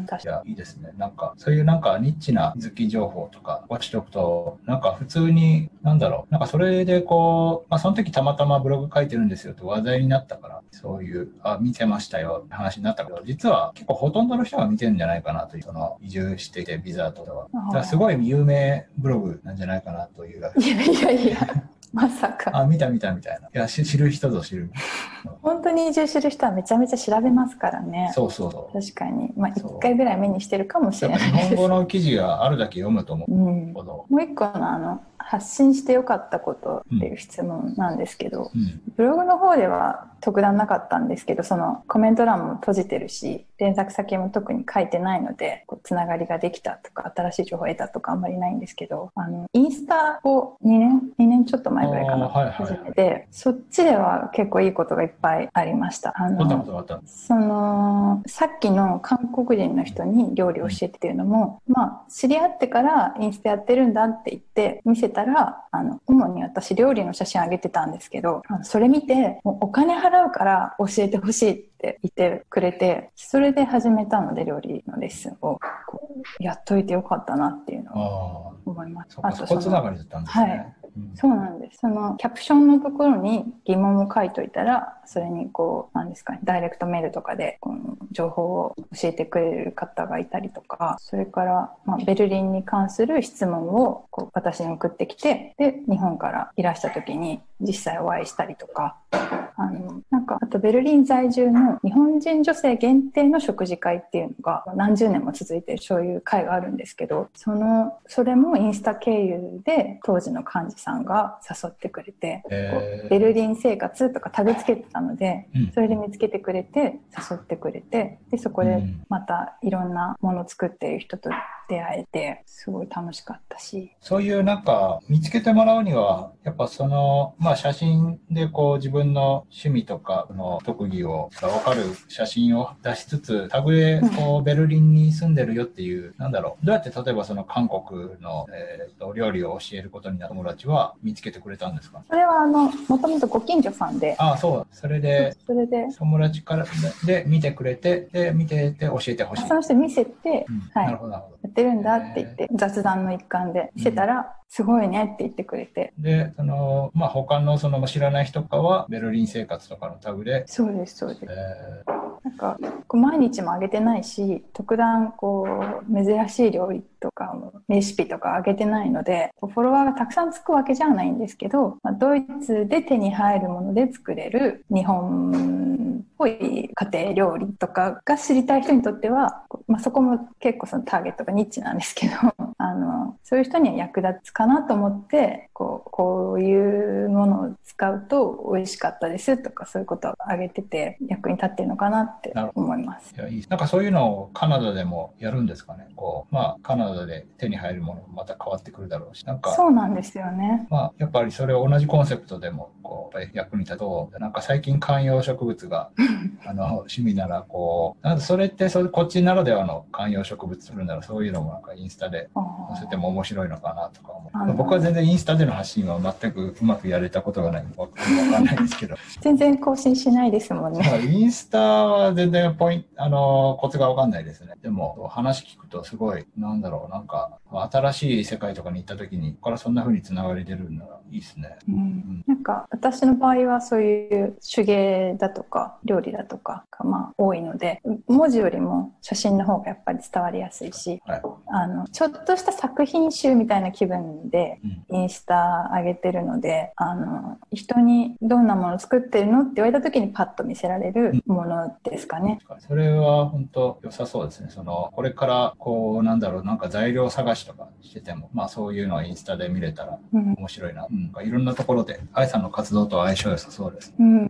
確いや、いいですね。なんか、そういうなんかニッチな好き情報とかをしておくと、なんか普通に、なんだろう、なんかそれでこう、まあその時たまたまブログ書いてるんですよと話題になったから、そういう、あ、見てましたよって話になったけど、実は結構ほとんどの人が見てるんじゃないかなという、その移住していてビザートでは。だからすごい有名ブログなんじゃないかなという。 いやいやいや。まさか。 あ、見た見たみたいな。いや、知る人ぞ知る。 本当に移住する人はめちゃめちゃ調べますからね。 そうそうそう。 確かに。まあ、一回ぐらい目にしてるかもしれないです。 日本語の記事があるだけ読むと思う。うん、 もう一個のあの、発信してよかったことっていう質問なんですけど、うん、ブログの方では特段なかったんですけど、そのコメント欄も閉じてるし、連絡先も特に書いてないので、こうつながりができたとか、新しい情報を得たとかあんまりないんですけど、あの、インスタをにねん、にねんちょっと前ぐらいかな、はいはいはい、始めて、そっちでは結構いいことがいっぱいありました。あの、その、さっきの韓国人の人に料理を教えてっていうのも、うん、まあ、知り合ってからインスタやってるんだって言って見せたら、あの、主に私料理の写真あげてたんですけど、あのそれ見て、もうお金払うから教えてほしいって言ってくれて、それで始めたので料理のレッスンをこうやっといてよかったなっていうのを思います。 あとそこつながりだったんですね。はいうん、そうなんです。そのキャプションのところに疑問を書いといたら、それにこう、なんですかね、ダイレクトメールとかでこの情報を教えてくれる方がいたりとか、それから、まあ、ベルリンに関する質問をこう私に送ってきて、で、日本からいらした時に実際お会いしたりとか、あの、なんか、あとベルリン在住の日本人女性限定の食事会っていうのが何十年も続いてるそういう会があるんですけど、その、それもインスタ経由で当時の幹事さんが誘ってくれて、こうベルリン生活とかタグつけてたので、それで見つけてくれて、誘ってくれて、で、そこでまたいろんなものを作っている人と出会えて、すごい楽しかったし。 そういうなんか見つけてもらうには、やっぱその、まあ写真でこう自分の趣味とかの特技を分かる写真を出しつつ、タグでこうベルリンに住んでるよっていう、なんだろう、どうやって例えばその韓国の、えー、と料理を教えることになった友達は見つけてくれたんですか？ それはあの、もともとご近所さんで。 ああ、そう。それで、 それで友達からで見てくれて、で、見てて教えてほしい。 その人見せて、 うん、 はい。 なるほど、なるほど。 やってるんだって言って、雑談の一環で見せたら、うん、すごいねって言ってくれて。 で、その、まあ、他のその知らない人かは、ベルリン生活とかのタグで。 そうです、そうです。えーなんかこう毎日もあげてないし、特段こう珍しい料理とかレシピとかあげてないので、フォロワーがたくさんつくわけじゃないんですけど、まあ、ドイツで手に入るもので作れる日本っぽい家庭料理とかが知りたい人にとっては、まあ、そこも結構そのターゲットがニッチなんですけどあのそういう人には役立つかなと思って、こう、こういうものを使うと美味しかったですとか、そういうことをあげてて役に立ってるのかなって思います。 いや、いい。なんかそういうのをカナダでもやるんですかね。こう、まあカナダで手に入るものもまた変わってくるだろうし、なんかそうなんですよね。 まあやっぱりそれを同じコンセプトでもこう役に立とう。なんか最近観葉植物があの趣味ならこう、なんかそれってそれこっちならではの観葉植物するならそういうのもなんかインスタで載せても面白いのかなとか思う。僕は全然インスタでの発信は全くうまくやれたことがないのでわかんないですけど。 全然更新しないですもんね。 インスタは全然ポイント、あの、コツがわかんないですね。でも、話聞くとすごい、なんだろう、なんか、新しい世界とかに行った時に、ここからそんな風につながり出るならいいですね。 うんうん、なんか、私の場合はそういう手芸だとか、料理だとかがまあ多いので、文字よりも写真の方がやっぱり伝わりやすいし、はい、あの、ちょっとした作品集みたいな気分でインスタ上げてるので、うん、あの、人にどんなもの作ってるのって言われた時にパッと見せられるものですかね。 うん、それは本当良さそうですね。その、これからこう、なんだろう、なんか材料探しとかしてても、まあそういうのはインスタで見れたら面白いな。うん、うん、いろんなところで、愛さんの活動と相性良さそうですね。うん、うん、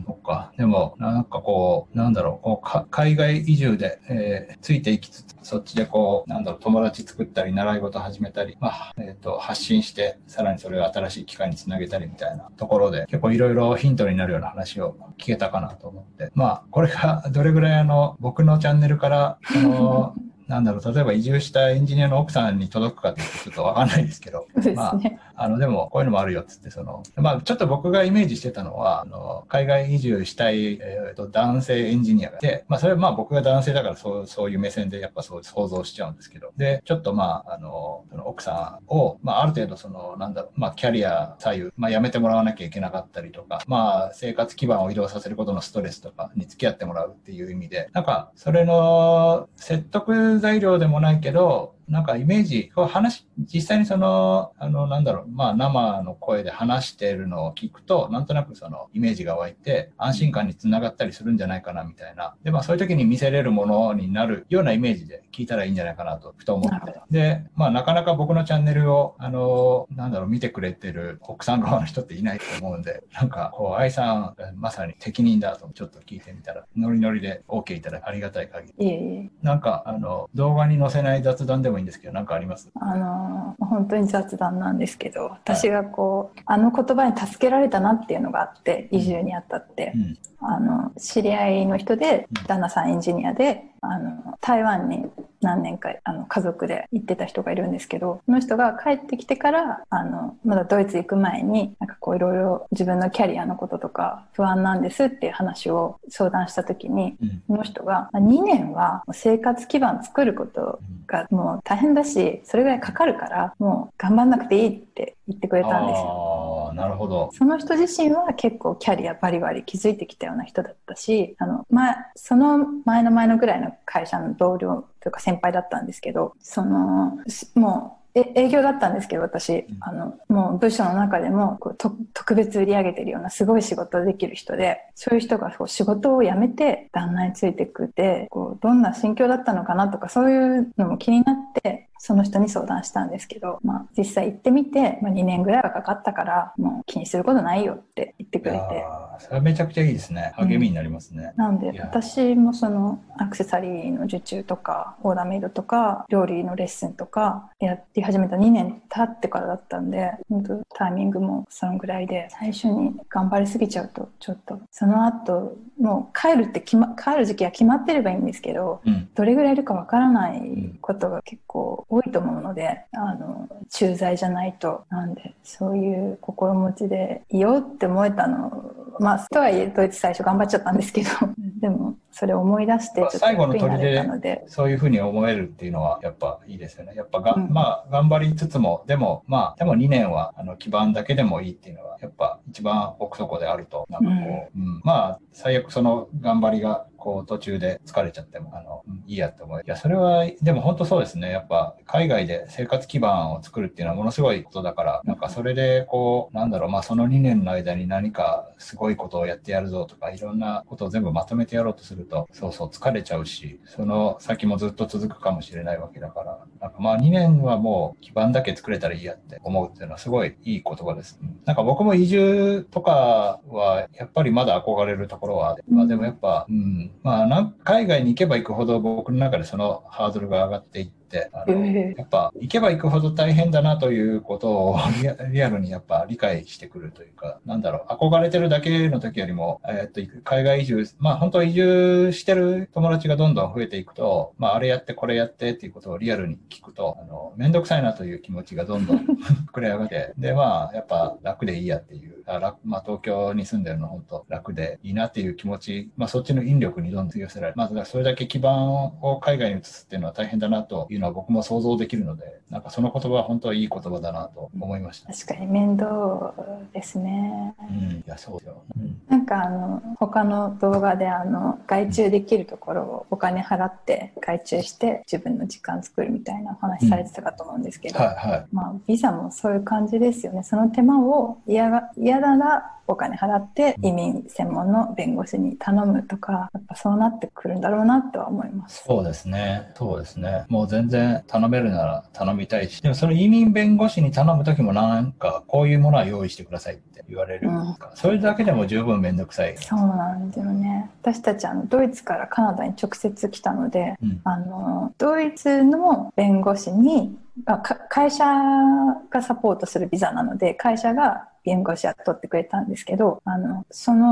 そっか。でも、なんかこう、なんだろう、こうか海外移住で、えー、ついていきつつ、そっちでこう、なんだろう、友達作ったり、習い事始めたり、まあ、えっと、発信して、さらにそれを新しい機会につなげたりみたいなところで、結構いろいろヒントになるような話を聞けたかなと思って。まあ、これがどれぐらいあの、僕のチャンネルから、あの、 なんだろう、例えば移住したエンジニアの奥さんに届くかっていうとちょっとわかんないですけど、 そうですね。 まあ、あの、でもこういうのもあるよっつって、その、まあ、ちょっと僕がイメージしてたのは、あの、海外移住したい、えーと、男性エンジニアがいて、まあ、それはまあ僕が男性だからそう、そういう目線でやっぱそう想像しちゃうんですけど、で、ちょっとまあ、あの、その奥さんを、まあ、ある程度その、なんだろう、まあ、キャリア左右、まあ、辞めてもらわなきゃいけなかったりとか、まあ、生活基盤を移動させることのストレスとかに付き合ってもらうっていう意味で、なんか、それの説得材料でもないけど、なんかイメージ、こう話、実際にその、あの、なんだろう、まあ生の声で話しているのを聞くと、なんとなくそのイメージが湧いて、安心感につながったりするんじゃないかなみたいな。で、まあそういう時に見せれるものになるようなイメージで聞いたらいいんじゃないかなと、ふと思って。で、まあなかなか僕のチャンネルを、あの、なんだろう、見てくれてる奥さん側の人っていないと思うんで、なんか、こう、愛さん、まさに適任だとちょっと聞いてみたら、ノリノリで OK いただきありがたい限り。 いえいえ。 なんか、あの、動画に載せない雑談でもいいんですけど、なんかあります？ あの本当に雑談なんですけど、私がこう、はい、あの言葉に助けられたなっていうのがあって、移住にあたって、うんうん、あの知り合いの人で旦那さんエンジニアで、あの台湾に何年かあの家族で行ってた人がいるんですけど、その人が帰ってきてからあのまだドイツ行く前になんかこういろいろ自分のキャリアのこととか不安なんですっていう話を相談した時に、うん、その人がにねんは生活基盤作ることがもう大変だし、それぐらいかかるからもう頑張んなくていいって言ってくれたんですよ。 あ、なるほど。 その人自身は結構キャリアバリバリ築いてきたような人だったし、あの、まあ、その前の前のぐらいの会社の同僚というか先輩だったんですけど、そのもうえ営業だったんですけど、私あのもう部署の中でもこうと特別売り上げてるようなすごい仕事ができる人で、そういう人がこう仕事を辞めて旦那についてくってこうどんな心境だったのかなとか、そういうのも気になってその人に相談したんですけど、まあ、実際行ってみて、まあ、にねんぐらいはかかったからもう気にすることないよって言ってくれて、 それはめちゃくちゃいいですね。励みになりますね。 うん、なんで私もそのアクセサリーの受注とかオーダーメイドとか料理のレッスンとかやって始めたにねん経ってからだったんで、本当タイミングもそのぐらいで、最初に頑張りすぎちゃうとちょっとその後もう帰るって決、ま、帰る時期は決まってればいいんですけど、うん、どれぐらいいるかわからないことが結構多いと思うので、あの駐在じゃないと。なんでそういう心持ちでいいよって思えたの、まあとはいえドイツ最初頑張っちゃったんですけどでもそれを思い出してちょっと最後の砦でそういうふうに思えるっていうのはやっぱいいですよね。やっぱが、うん、まあ頑張りつつもでもまあでもにねんはあの基盤だけでもいいっていうのはやっぱ一番奥底であると、なんかこう、うんうん、まあ最悪その頑張りがこう途中で疲れちゃってもあの、うん、いいやって思う。いやそれはでも本当そうですね。やっぱ海外で生活基盤を作るっていうのはものすごいことだから、なんかそれでこうなんだろう、まあそのにねんの間に何かすごいことをやってやるぞとかいろんなことを全部まとめてやろうとすると、そうそう疲れちゃうし、その先もずっと続くかもしれないわけだから、なんかまあにねんはもう基盤だけ作れたらいいやって思うっていうのはすごいいい言葉です。なんか僕も移住とかはやっぱりまだ憧れるところはあって、まあでもやっぱ、うん、まあなん海外に行けば行くほど僕の中でそのハードルが上がっていって、あのやっぱ行けば行くほど大変だなということをリアルにやっぱ理解してくるというか、なんだろう、憧れてるだけの時よりも、えー、っと海外移住、まあ本当移住してる友達がどんどん増えていくと、まああれやってこれやってっていうことをリアルに聞くと、あのめんどくさいなという気持ちがどんどん膨れ上がって、でまあやっぱ楽でいいやっていう、楽まあ東京に住んでるの本当楽でいいなっていう気持ち、まあそっちの引力にどんどん寄せられる。まあそれだけ基盤を海外に移すっていうのは大変だなというのは僕も想像できるので、なんかその言葉は本当はいい言葉だなと思いました。 確かに面倒ですね。 うん、いやそうですよ。うん、 なんかあの他の動画であの外注できるところをお金払って外注して自分の時間作るみたいなお話されてたかと思うんですけど、 うんはいはい、 まあビザもそういう感じですよね。その手間を嫌が嫌ならお金払って移民専門の弁護士に頼むとか、やっぱそうなってくるんだろうなとは思います。 そうですね。そうですね。もう全然頼めるなら頼みたいし、でもその移民弁護士に頼むときもなんかこういうものは用意してくださいって言われる、うん、それだけでも十分めんどくさい。 そうなんですよね。私たちあのドイツからカナダに直接来たので、うん、あのドイツの弁護士にあか会社がサポートするビザなので会社が弁護士雇ってくれたんですけど、あのその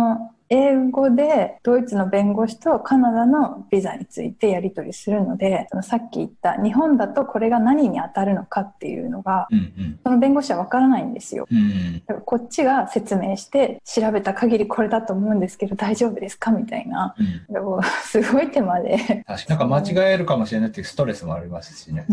英語でドイツの弁護士とカナダのビザについてやり取りするので、そのさっき言った日本だとこれが何に当たるのかっていうのが、うんうん、その弁護士は分からないんですよ、うんうん、だからこっちが説明して調べた限りこれだと思うんですけど大丈夫ですかみたいな、うん、でもすごい手間で確かなんか間違えるかもしれないっていうストレスもありますしね、うん、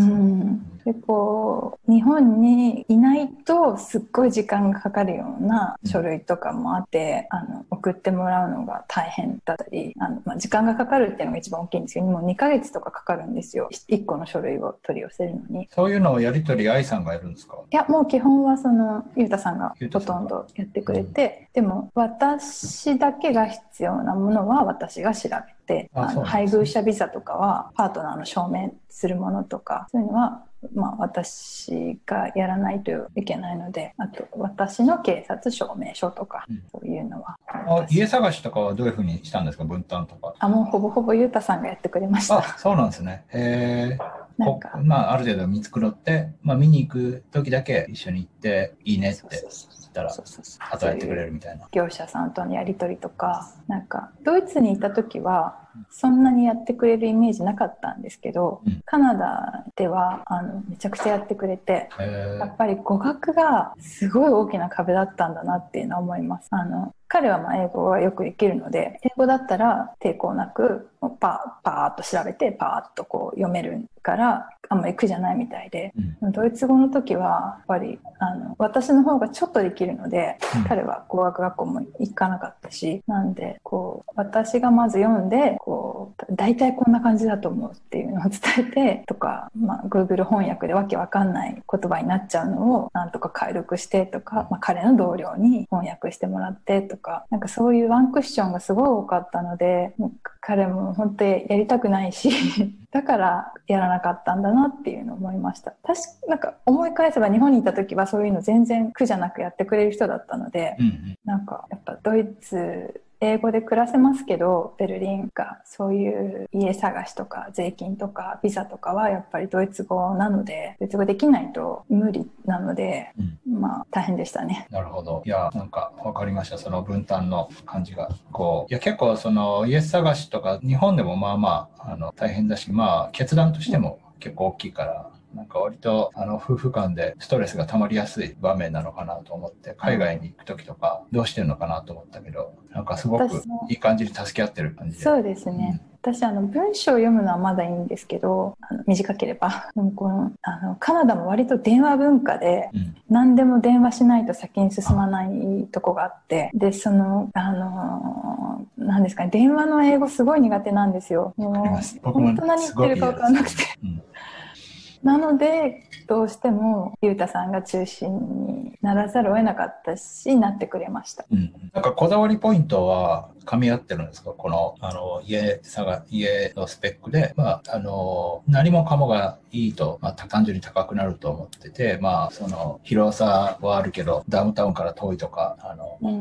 でこう日本にいないとすっごい時間がかかるような書類とかもあって、うん、あの送ってもらうのが大変だったり、あの、まあ、時間がかかるっていうのが一番大きいんですけど、もうにかげつとかかかるんですよ、いっこの書類を取り寄せるのに。 そういうのをやり取り愛さんがやるんですか？ いや、もう基本はそのゆうたさんがほとんどやってくれて、うん、でも私だけが必要なものは私が調べて、あの配偶者ビザとかはパートナーの証明するものとかそういうのはまあ、私がやらないといけないので、あと私の警察証明書とか、うん、そういうのは。 あ、家探しとかはどういうふうにしたんですか？分担とか。 あ、もうほぼほぼゆうたさんがやってくれました。 あ、そうなんですね。へー。なんかまあ、ある程度見繕って、まあ、見に行く時だけ一緒に行っていいねって言ったらあとやってくれるみたいな。 業者さんとのやり取りとか、なんかドイツにいた時はそんなにやってくれるイメージなかったんですけど、うん、カナダではあのめちゃくちゃやってくれて、やっぱり語学がすごい大きな壁だったんだなっていうのは思います。あの彼はまあ英語はよくできるので、英語だったら抵抗なくパーパーッと調べてパーッとこう読めるからあんまり苦じゃないみたいで、うん、ドイツ語の時はやっぱりあの私の方がちょっとできるので、うん、彼は語学学校も行かなかったし、なんでこう私がまず読んでこう大体こんな感じだと思うっていうのを伝えてとか、まあ、Google 翻訳でわけわかんない言葉になっちゃうのをなんとか解読してとか、まあ、彼の同僚に翻訳してもらってとか、なんかそういうワンクッションがすごい多かったので、もう彼も本当にやりたくないしだからやらなかったんだなっていうのを思いました。確かなんか思い返せば日本にいた時はそういうの全然苦じゃなくやってくれる人だったので、うんうん、なんかやっぱドイツ英語で暮らせますけど、ベルリンがそういう家探しとか税金とかビザとかはやっぱりドイツ語なので、ドイツ語できないと無理なので、うん、まあ大変でしたね。 なるほど。いや、なんか分かりました。その分担の感じが。こう、いや結構その家探しとか日本でもまあまあ、あの大変だし、まあ決断としても結構大きいから、うん、なんか割とあの夫婦間でストレスが溜まりやすい場面なのかなと思って、海外に行く時とかどうしてるのかなと思ったけど、なんかすごくいい感じに助け合ってる感じで。 そうですね。うん、私あの文章を読むのはまだいいんですけど、あの短ければでもこのあのカナダも割と電話文化で、うん、何でも電話しないと先に進まないとこがあって、でそのあの何ですかね、電話の英語すごい苦手なんですよ。もう本当何言ってるか分かんなくて、うん、なのでどうしてもゆうたさんが中心にならざるを得なかったし、なってくれました。 うん、なんかこだわりポイントは噛み合ってるんですか？このあの家探家のスペックで、まあ、あの何もかもがいいと、まあ、単純に高くなると思ってて、まあ、その広さはあるけどダウンタウンから遠いとか、あの、うんうん、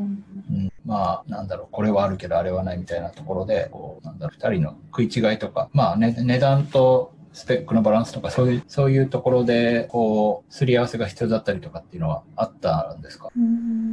まあなんだろう、これはあるけどあれはないみたいなところでこうなんだろう、ふたりの食い違いとか、まあ、ね、値段とスペックのバランスとかそういうそういうところでこうすり合わせが必要だったりとかっていうのはあったんですか？ うん、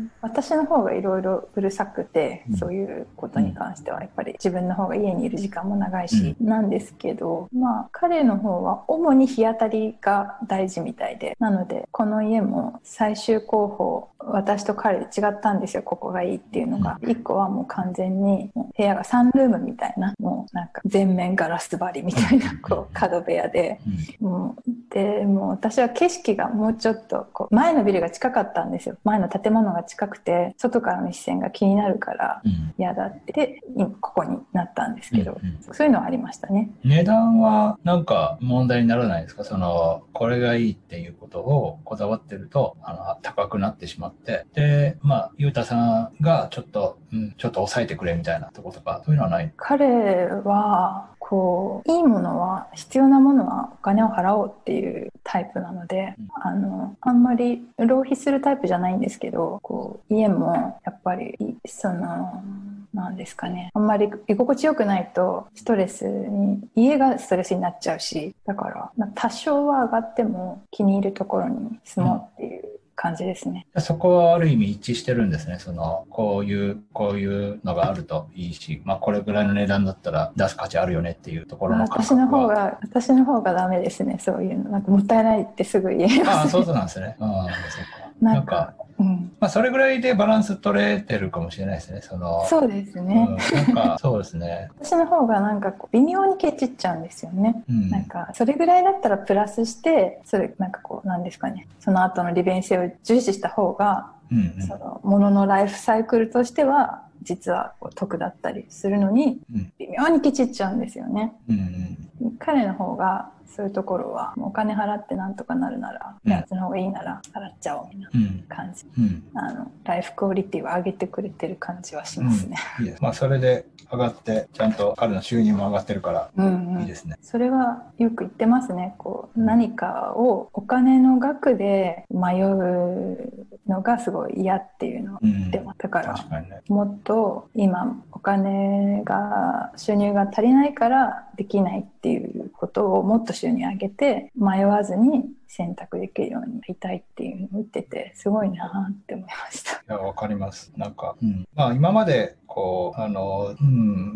私の方がいろいろうるさくて、うん、そういうことに関してはやっぱり自分の方が家にいる時間も長いし、うん、なんですけど、まあ彼の方は主に日当たりが大事みたいで、なのでこの家も最終候補私と彼で違ったんですよ。ここがいいっていうのが、うん、いっこはもう完全に部屋がサンルームみたいな、もうなんか全面ガラス張りみたいなこう角部屋で、うん、もうでもう私は景色がもうちょっとこう前のビルが近かったんですよ。前の建物が近くて外からの視線が気になるから嫌だって、でここになったんですけど、うんうん、そういうのはありましたね。 値段はなんか問題にならないですか？そのこれがいいっていうことをこだわってるとあの高くなってしまって、でまあゆうたさんがちょっと、うん、ちょっと抑えてくれみたいなところとかそういうのはない？ 彼はこういいものは必要なものはお金を払おうっていうタイプなので、うん、あのあんまり浪費するタイプじゃないんですけど、こう家もやっぱりそのなんですかね、あんまり居心地よくないとストレスに家がストレスになっちゃうし、だから多少は上がっても気に入るところに住もうっていう感じですね。 そこはある意味一致してるんですね。そのこういうこういうのがあるといいし、まあ、これぐらいの値段だったら出す価値あるよねっていうところの感覚は。 私の方が私の方がダメですね。そういうのなんかもったいないってすぐ言えます、ね。 ああ、そうなんですね。ああ、そうか。なんか、うん、まあ、それぐらいでバランス取れてるかもしれないですね。そのそうですね。 うん、なんかそうですね。 私の方がなんかこう微妙にケチっちゃうんですよね。うん、なんかそれぐらいだったらプラスして、それなんかこうなんですかね。その後の利便性を重視した方が、うんうん、その物のライフサイクルとしては実はこう得だったりするのに、うん、微妙にケチっちゃうんですよね。うんうん、彼の方がそういうところはお金払ってなんとかなるなら、うん、やつの方がいいなら払っちゃおうみたいな感じ、うんうん、あのライフクオリティを上げてくれてる感じはしますね、 うん、いいです。まあ、それで上がってちゃんと彼の収入も上がってるからいいですね、 うんうん、それはよく言ってますね。こう何かをお金の額で迷うのがすごい嫌っていうのを言ってます、うん、だから、ね、もっと今お金が収入が足りないからできないっていうことをもっと収入上げて迷わずに選択できるようになりたいっていうのを言ってて、すごいなって思いました。いや、わかります。なんか、うん、まあ今までこうあの、うん、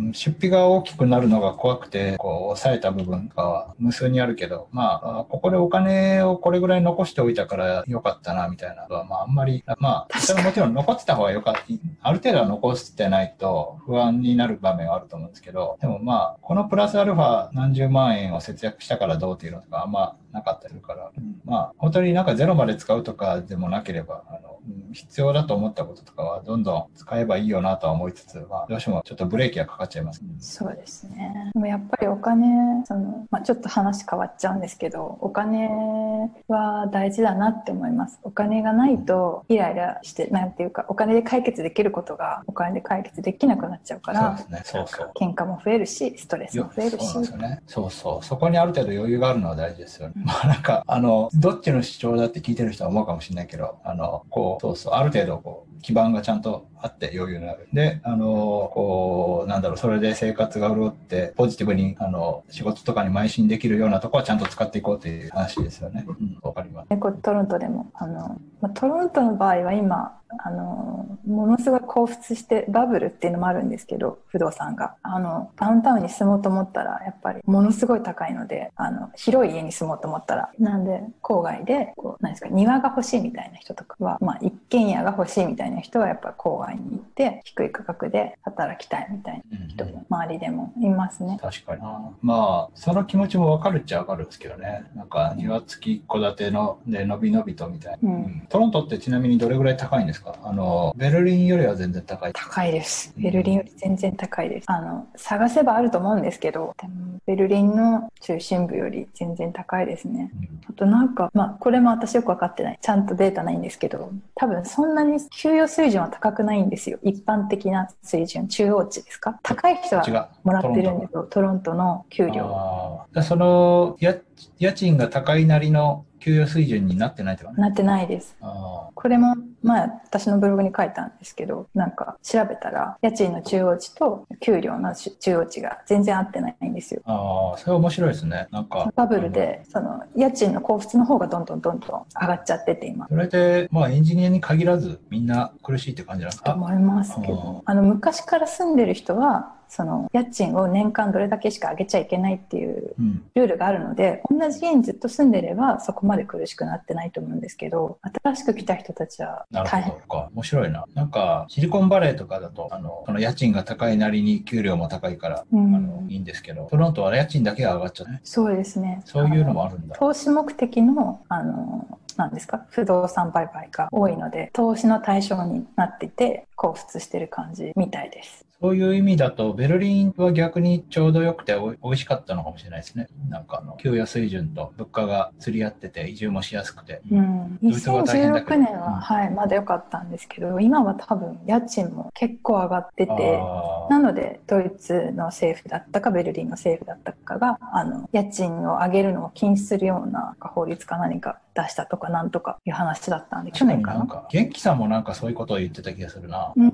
出費が大きくなるのが怖くてこう抑えた部分が無数にあるけど、まあここでお金をこれぐらい残しておいたから良かったなみたいなのは、まああんまり、まあそれはもちろん残ってた方が良かった。ある程度は残してないと不安になる場面はあると思うんですけど、でもまあこのプラスアルファ何十万円を節約したからどうっていうのとかあんまなかったりするから、うん、まあ本当になんかゼロまで使うとかでもなければ、あの、うん、必要だと思ったこととかはどんどん使えばいいよなとは思いつつ、まあ、どうしてもちょっとブレーキがかかっちゃいます、ね、 そうですね。でもやっぱりお金、その、まあ、ちょっと話変わっちゃうんですけど、お金は大事だなって思います。お金がないとイライラして、なんていうか、お金で解決できることがお金で解決できなくなっちゃうから、そうですね、そうそう。喧嘩も増えるし、ストレスも増えるし。 そうなんですよね。そうそう。そこにある程度余裕があるのは大事ですよね。うん、まあなんか、あの、どっちの主張だって聞いてる人は思うかもしれないけど、あの、こう、そうそう、ある程度こう、基盤がちゃんとあって余裕になる。で、あの、こう、なんだろう、それで生活が潤って、ポジティブに、あの、仕事とかに邁進できるようなところはちゃんと使っていこうという話ですよね。うん、わかります。 トロントでも、あの、まあ、トロントの場合は今、あの、ものすごい興奮してバブルっていうのもあるんですけど、不動産が。あの、ダウンタウンに住もうと思ったら、やっぱりものすごい高いので、あの、広い家に住もうと思ったら。なんで、郊外で、こう、何ですか、庭が欲しいみたいな人とかは、まあ、一軒家が欲しいみたいな人は、やっぱ郊外に行って、低い価格で働きたいみたいな人も、周りでもいますね。 確かにな。まあ、その気持ちもわかるっちゃわかるんですけどね。なんか、庭付き戸建ての、で、のびのびとみたいな、うんうん。トロントってちなみにどれぐらい高いんですか？あの、ベルリンよりは全然高い。 高いです。ベルリンより全然高いです。あの、探せばあると思うんですけど、でもベルリンの中心部より全然高いですね。うん、あとなんか、まあ、これも私よく分かってない。ちゃんとデータないんですけど、多分そんなに給与水準は高くないんですよ。一般的な水準、中央値ですか？高い人はもらってるんですよ。トロントの給料。 あ、その家、家賃が高いなりの給与水準になってないってことね。 なってないです。あ、これも前私のブログに書いたんですけど、なんか調べたら家賃の中央値と給料の中央値が全然合ってないんですよ。 ああ、それ面白いですね。なんかバブルでその家賃の幸福の方がどんどんどんどん上がっちゃってて今。 それでまあエンジニアに限らずみんな苦しいって感じなんですか？ と思いますけど、あの昔から住んでる人はその家賃を年間どれだけしか上げちゃいけないっていうルールがあるので、うん、同じ家にずっと住んでればそこまで苦しくなってないと思うんですけど、新しく来た人たちは大変。 なるほどか。面白いな。なんかシリコンバレーとかだとあのその家賃が高いなりに給料も高いから、うん、あのいいんですけど、トロントは家賃だけが上がっちゃうね。 そうですね。 そういうのもあるんだ。 投資目的のあのなんですか、不動産売買が多いので投資の対象になっていて興奮してる感じみたいです。 そういう意味だとベルリンは逆にちょうど良くておい美味しかったのかもしれないですね。なんかあの給与水準と物価が釣り合ってて移住もしやすくて、 うん、にせんじゅうろくねんは、うん、はい、まだ良かったんですけど、今は多分家賃も結構上がってて、なのでドイツの政府だったかベルリンの政府だったかがあの家賃を上げるのを禁止するような法律か何か出したとかなんとかいう話だったんで、去年かな。 なんか元気さんもなんかそういうことを言ってた気がするな。 うん、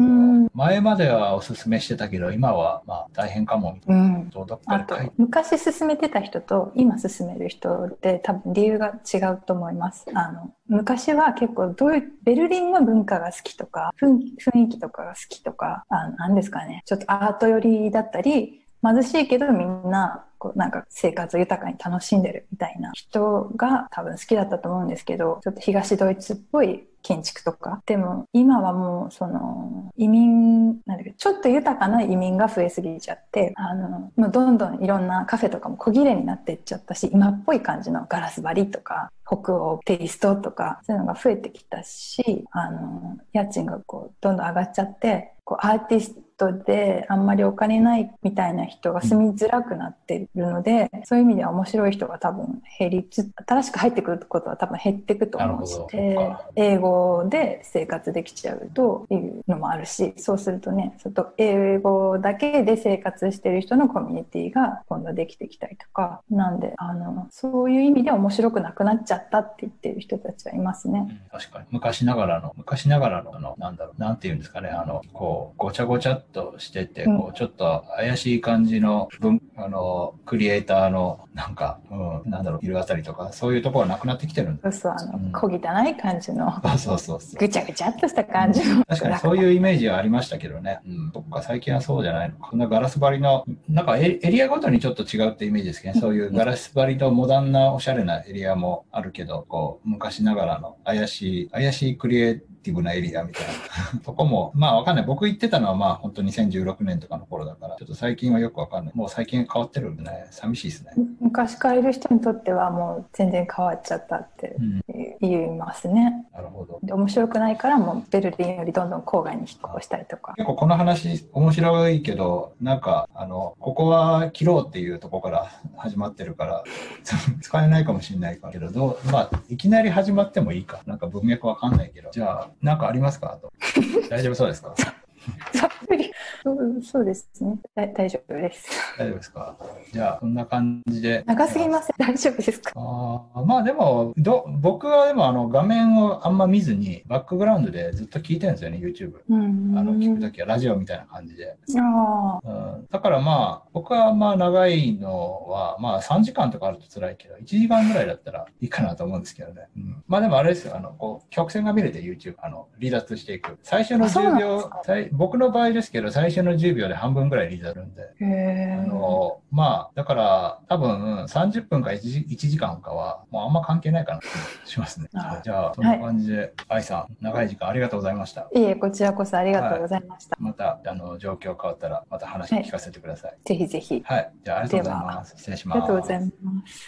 前まではおすすめしてたけど今はまあ大変かもみたいな、うん、どっかで書いて。 昔勧めてた人と今勧める人って多分理由が違うと思います。あの昔は結構どういうベルリンの文化が好きとか雰囲気とかが好きとか、あ、なんですかね、ちょっとアート寄りだったり、貧しいけどみんなこうなんか生活を豊かに楽しんでるみたいな人が多分好きだったと思うんですけど、ちょっと東ドイツっぽい建築とか。でも今はもうその移民なんだけど、ちょっと豊かな移民が増えすぎちゃって、あのもうどんどんいろんなカフェとかも小切れになっていっちゃったし、今っぽい感じのガラス張りとか北欧テイストとかそういうのが増えてきたし、あの家賃がこうどんどん上がっちゃって、こうアーティストであんまりお金ないみたいな人が住みづらくなってるので、うん、そういう意味では面白い人が多分減りつ新しく入ってくることは多分減っていくと思うし、英語で生活できちゃうというのもあるし、そうするとね、ちょっと英語だけで生活してる人のコミュニティが今度できてきたりとか、なんであのそういう意味で面白くなくなっちゃったって言ってる人たちはいますね。 うん、確かに昔ながらの昔ながらのあのなんだろう、なんていうんですかね、あのこうごちゃごちゃっとしてて、こうちょっと怪しい感じの文あのクリエイターのなんか、うん、なんだろう、いるあたりとか、そういうところはなくなってきてるんです。そうそう、あの、うん、小汚い感じのそうそうそう、 ぐちゃぐちゃっとした感じの、 うん、確かにそういうイメージはありましたけどね。うん、そっか、最近はそうじゃないのか。こんなガラス張りのなんかエリアごとにちょっと違うってイメージですけどね。そういうガラス張りとモダンなおしゃれなエリアもあるけど、こう昔ながらの怪しい怪しいクリエイティブなエリアみたいなとこも、まあわかんない。僕行ってたのはまあ本当にせんじゅうろくねんとかの頃だから、ちょっと最近はよくわかんない。もう最近変わってるんでね、寂しいですね。 昔からいる人にとってはもう全然変わっちゃったって言いますね。 うん、なるほど。 で面白くないからもうベルリンよりどんどん郊外に引っ越したりとか。 結構この話面白いけど、なんかあのここは切ろうっていうところから始まってるから使えないかもしれないけど、どう、まあいきなり始まってもいいか。なんか文脈わかんないけど、じゃあなんかありますかと。大丈夫そうですか？ ざっくりそうそうですね。大丈夫です。 大丈夫ですか？じゃあこんな感じで。 長すぎません。大丈夫ですか？ あまあでもど僕はでもあの画面をあんま見ずにバックグラウンドでずっと聞いてるんですよね、 YouTube。うんあの聞くときはラジオみたいな感じで。あ、うん、だからまあ僕はまあ長いのはまあさんじかんとかあると辛いけどいちじかんぐらいだったらいいかなと思うんですけどね。うん、まあでもあれですよ、あのこう曲線が見れて YouTube あの離脱していく。最初のじゅうびょう、僕の場合ですけど最初のじゅうびょうで半分ぐらい離脱するんで。へあのまあだから多分さんじゅっぷんかいちじかんかはもうあんま関係ないかなとしますね。じゃあそんな感じで、はい、愛さん長い時間ありがとうございました。 いえ、こちらこそありがとうございました。 はい、またあの状況変わったらまた話聞かせてください。はい、 ぜひぜひ。 はい、じゃあありがとうございます。失礼します。 ありがとうございます。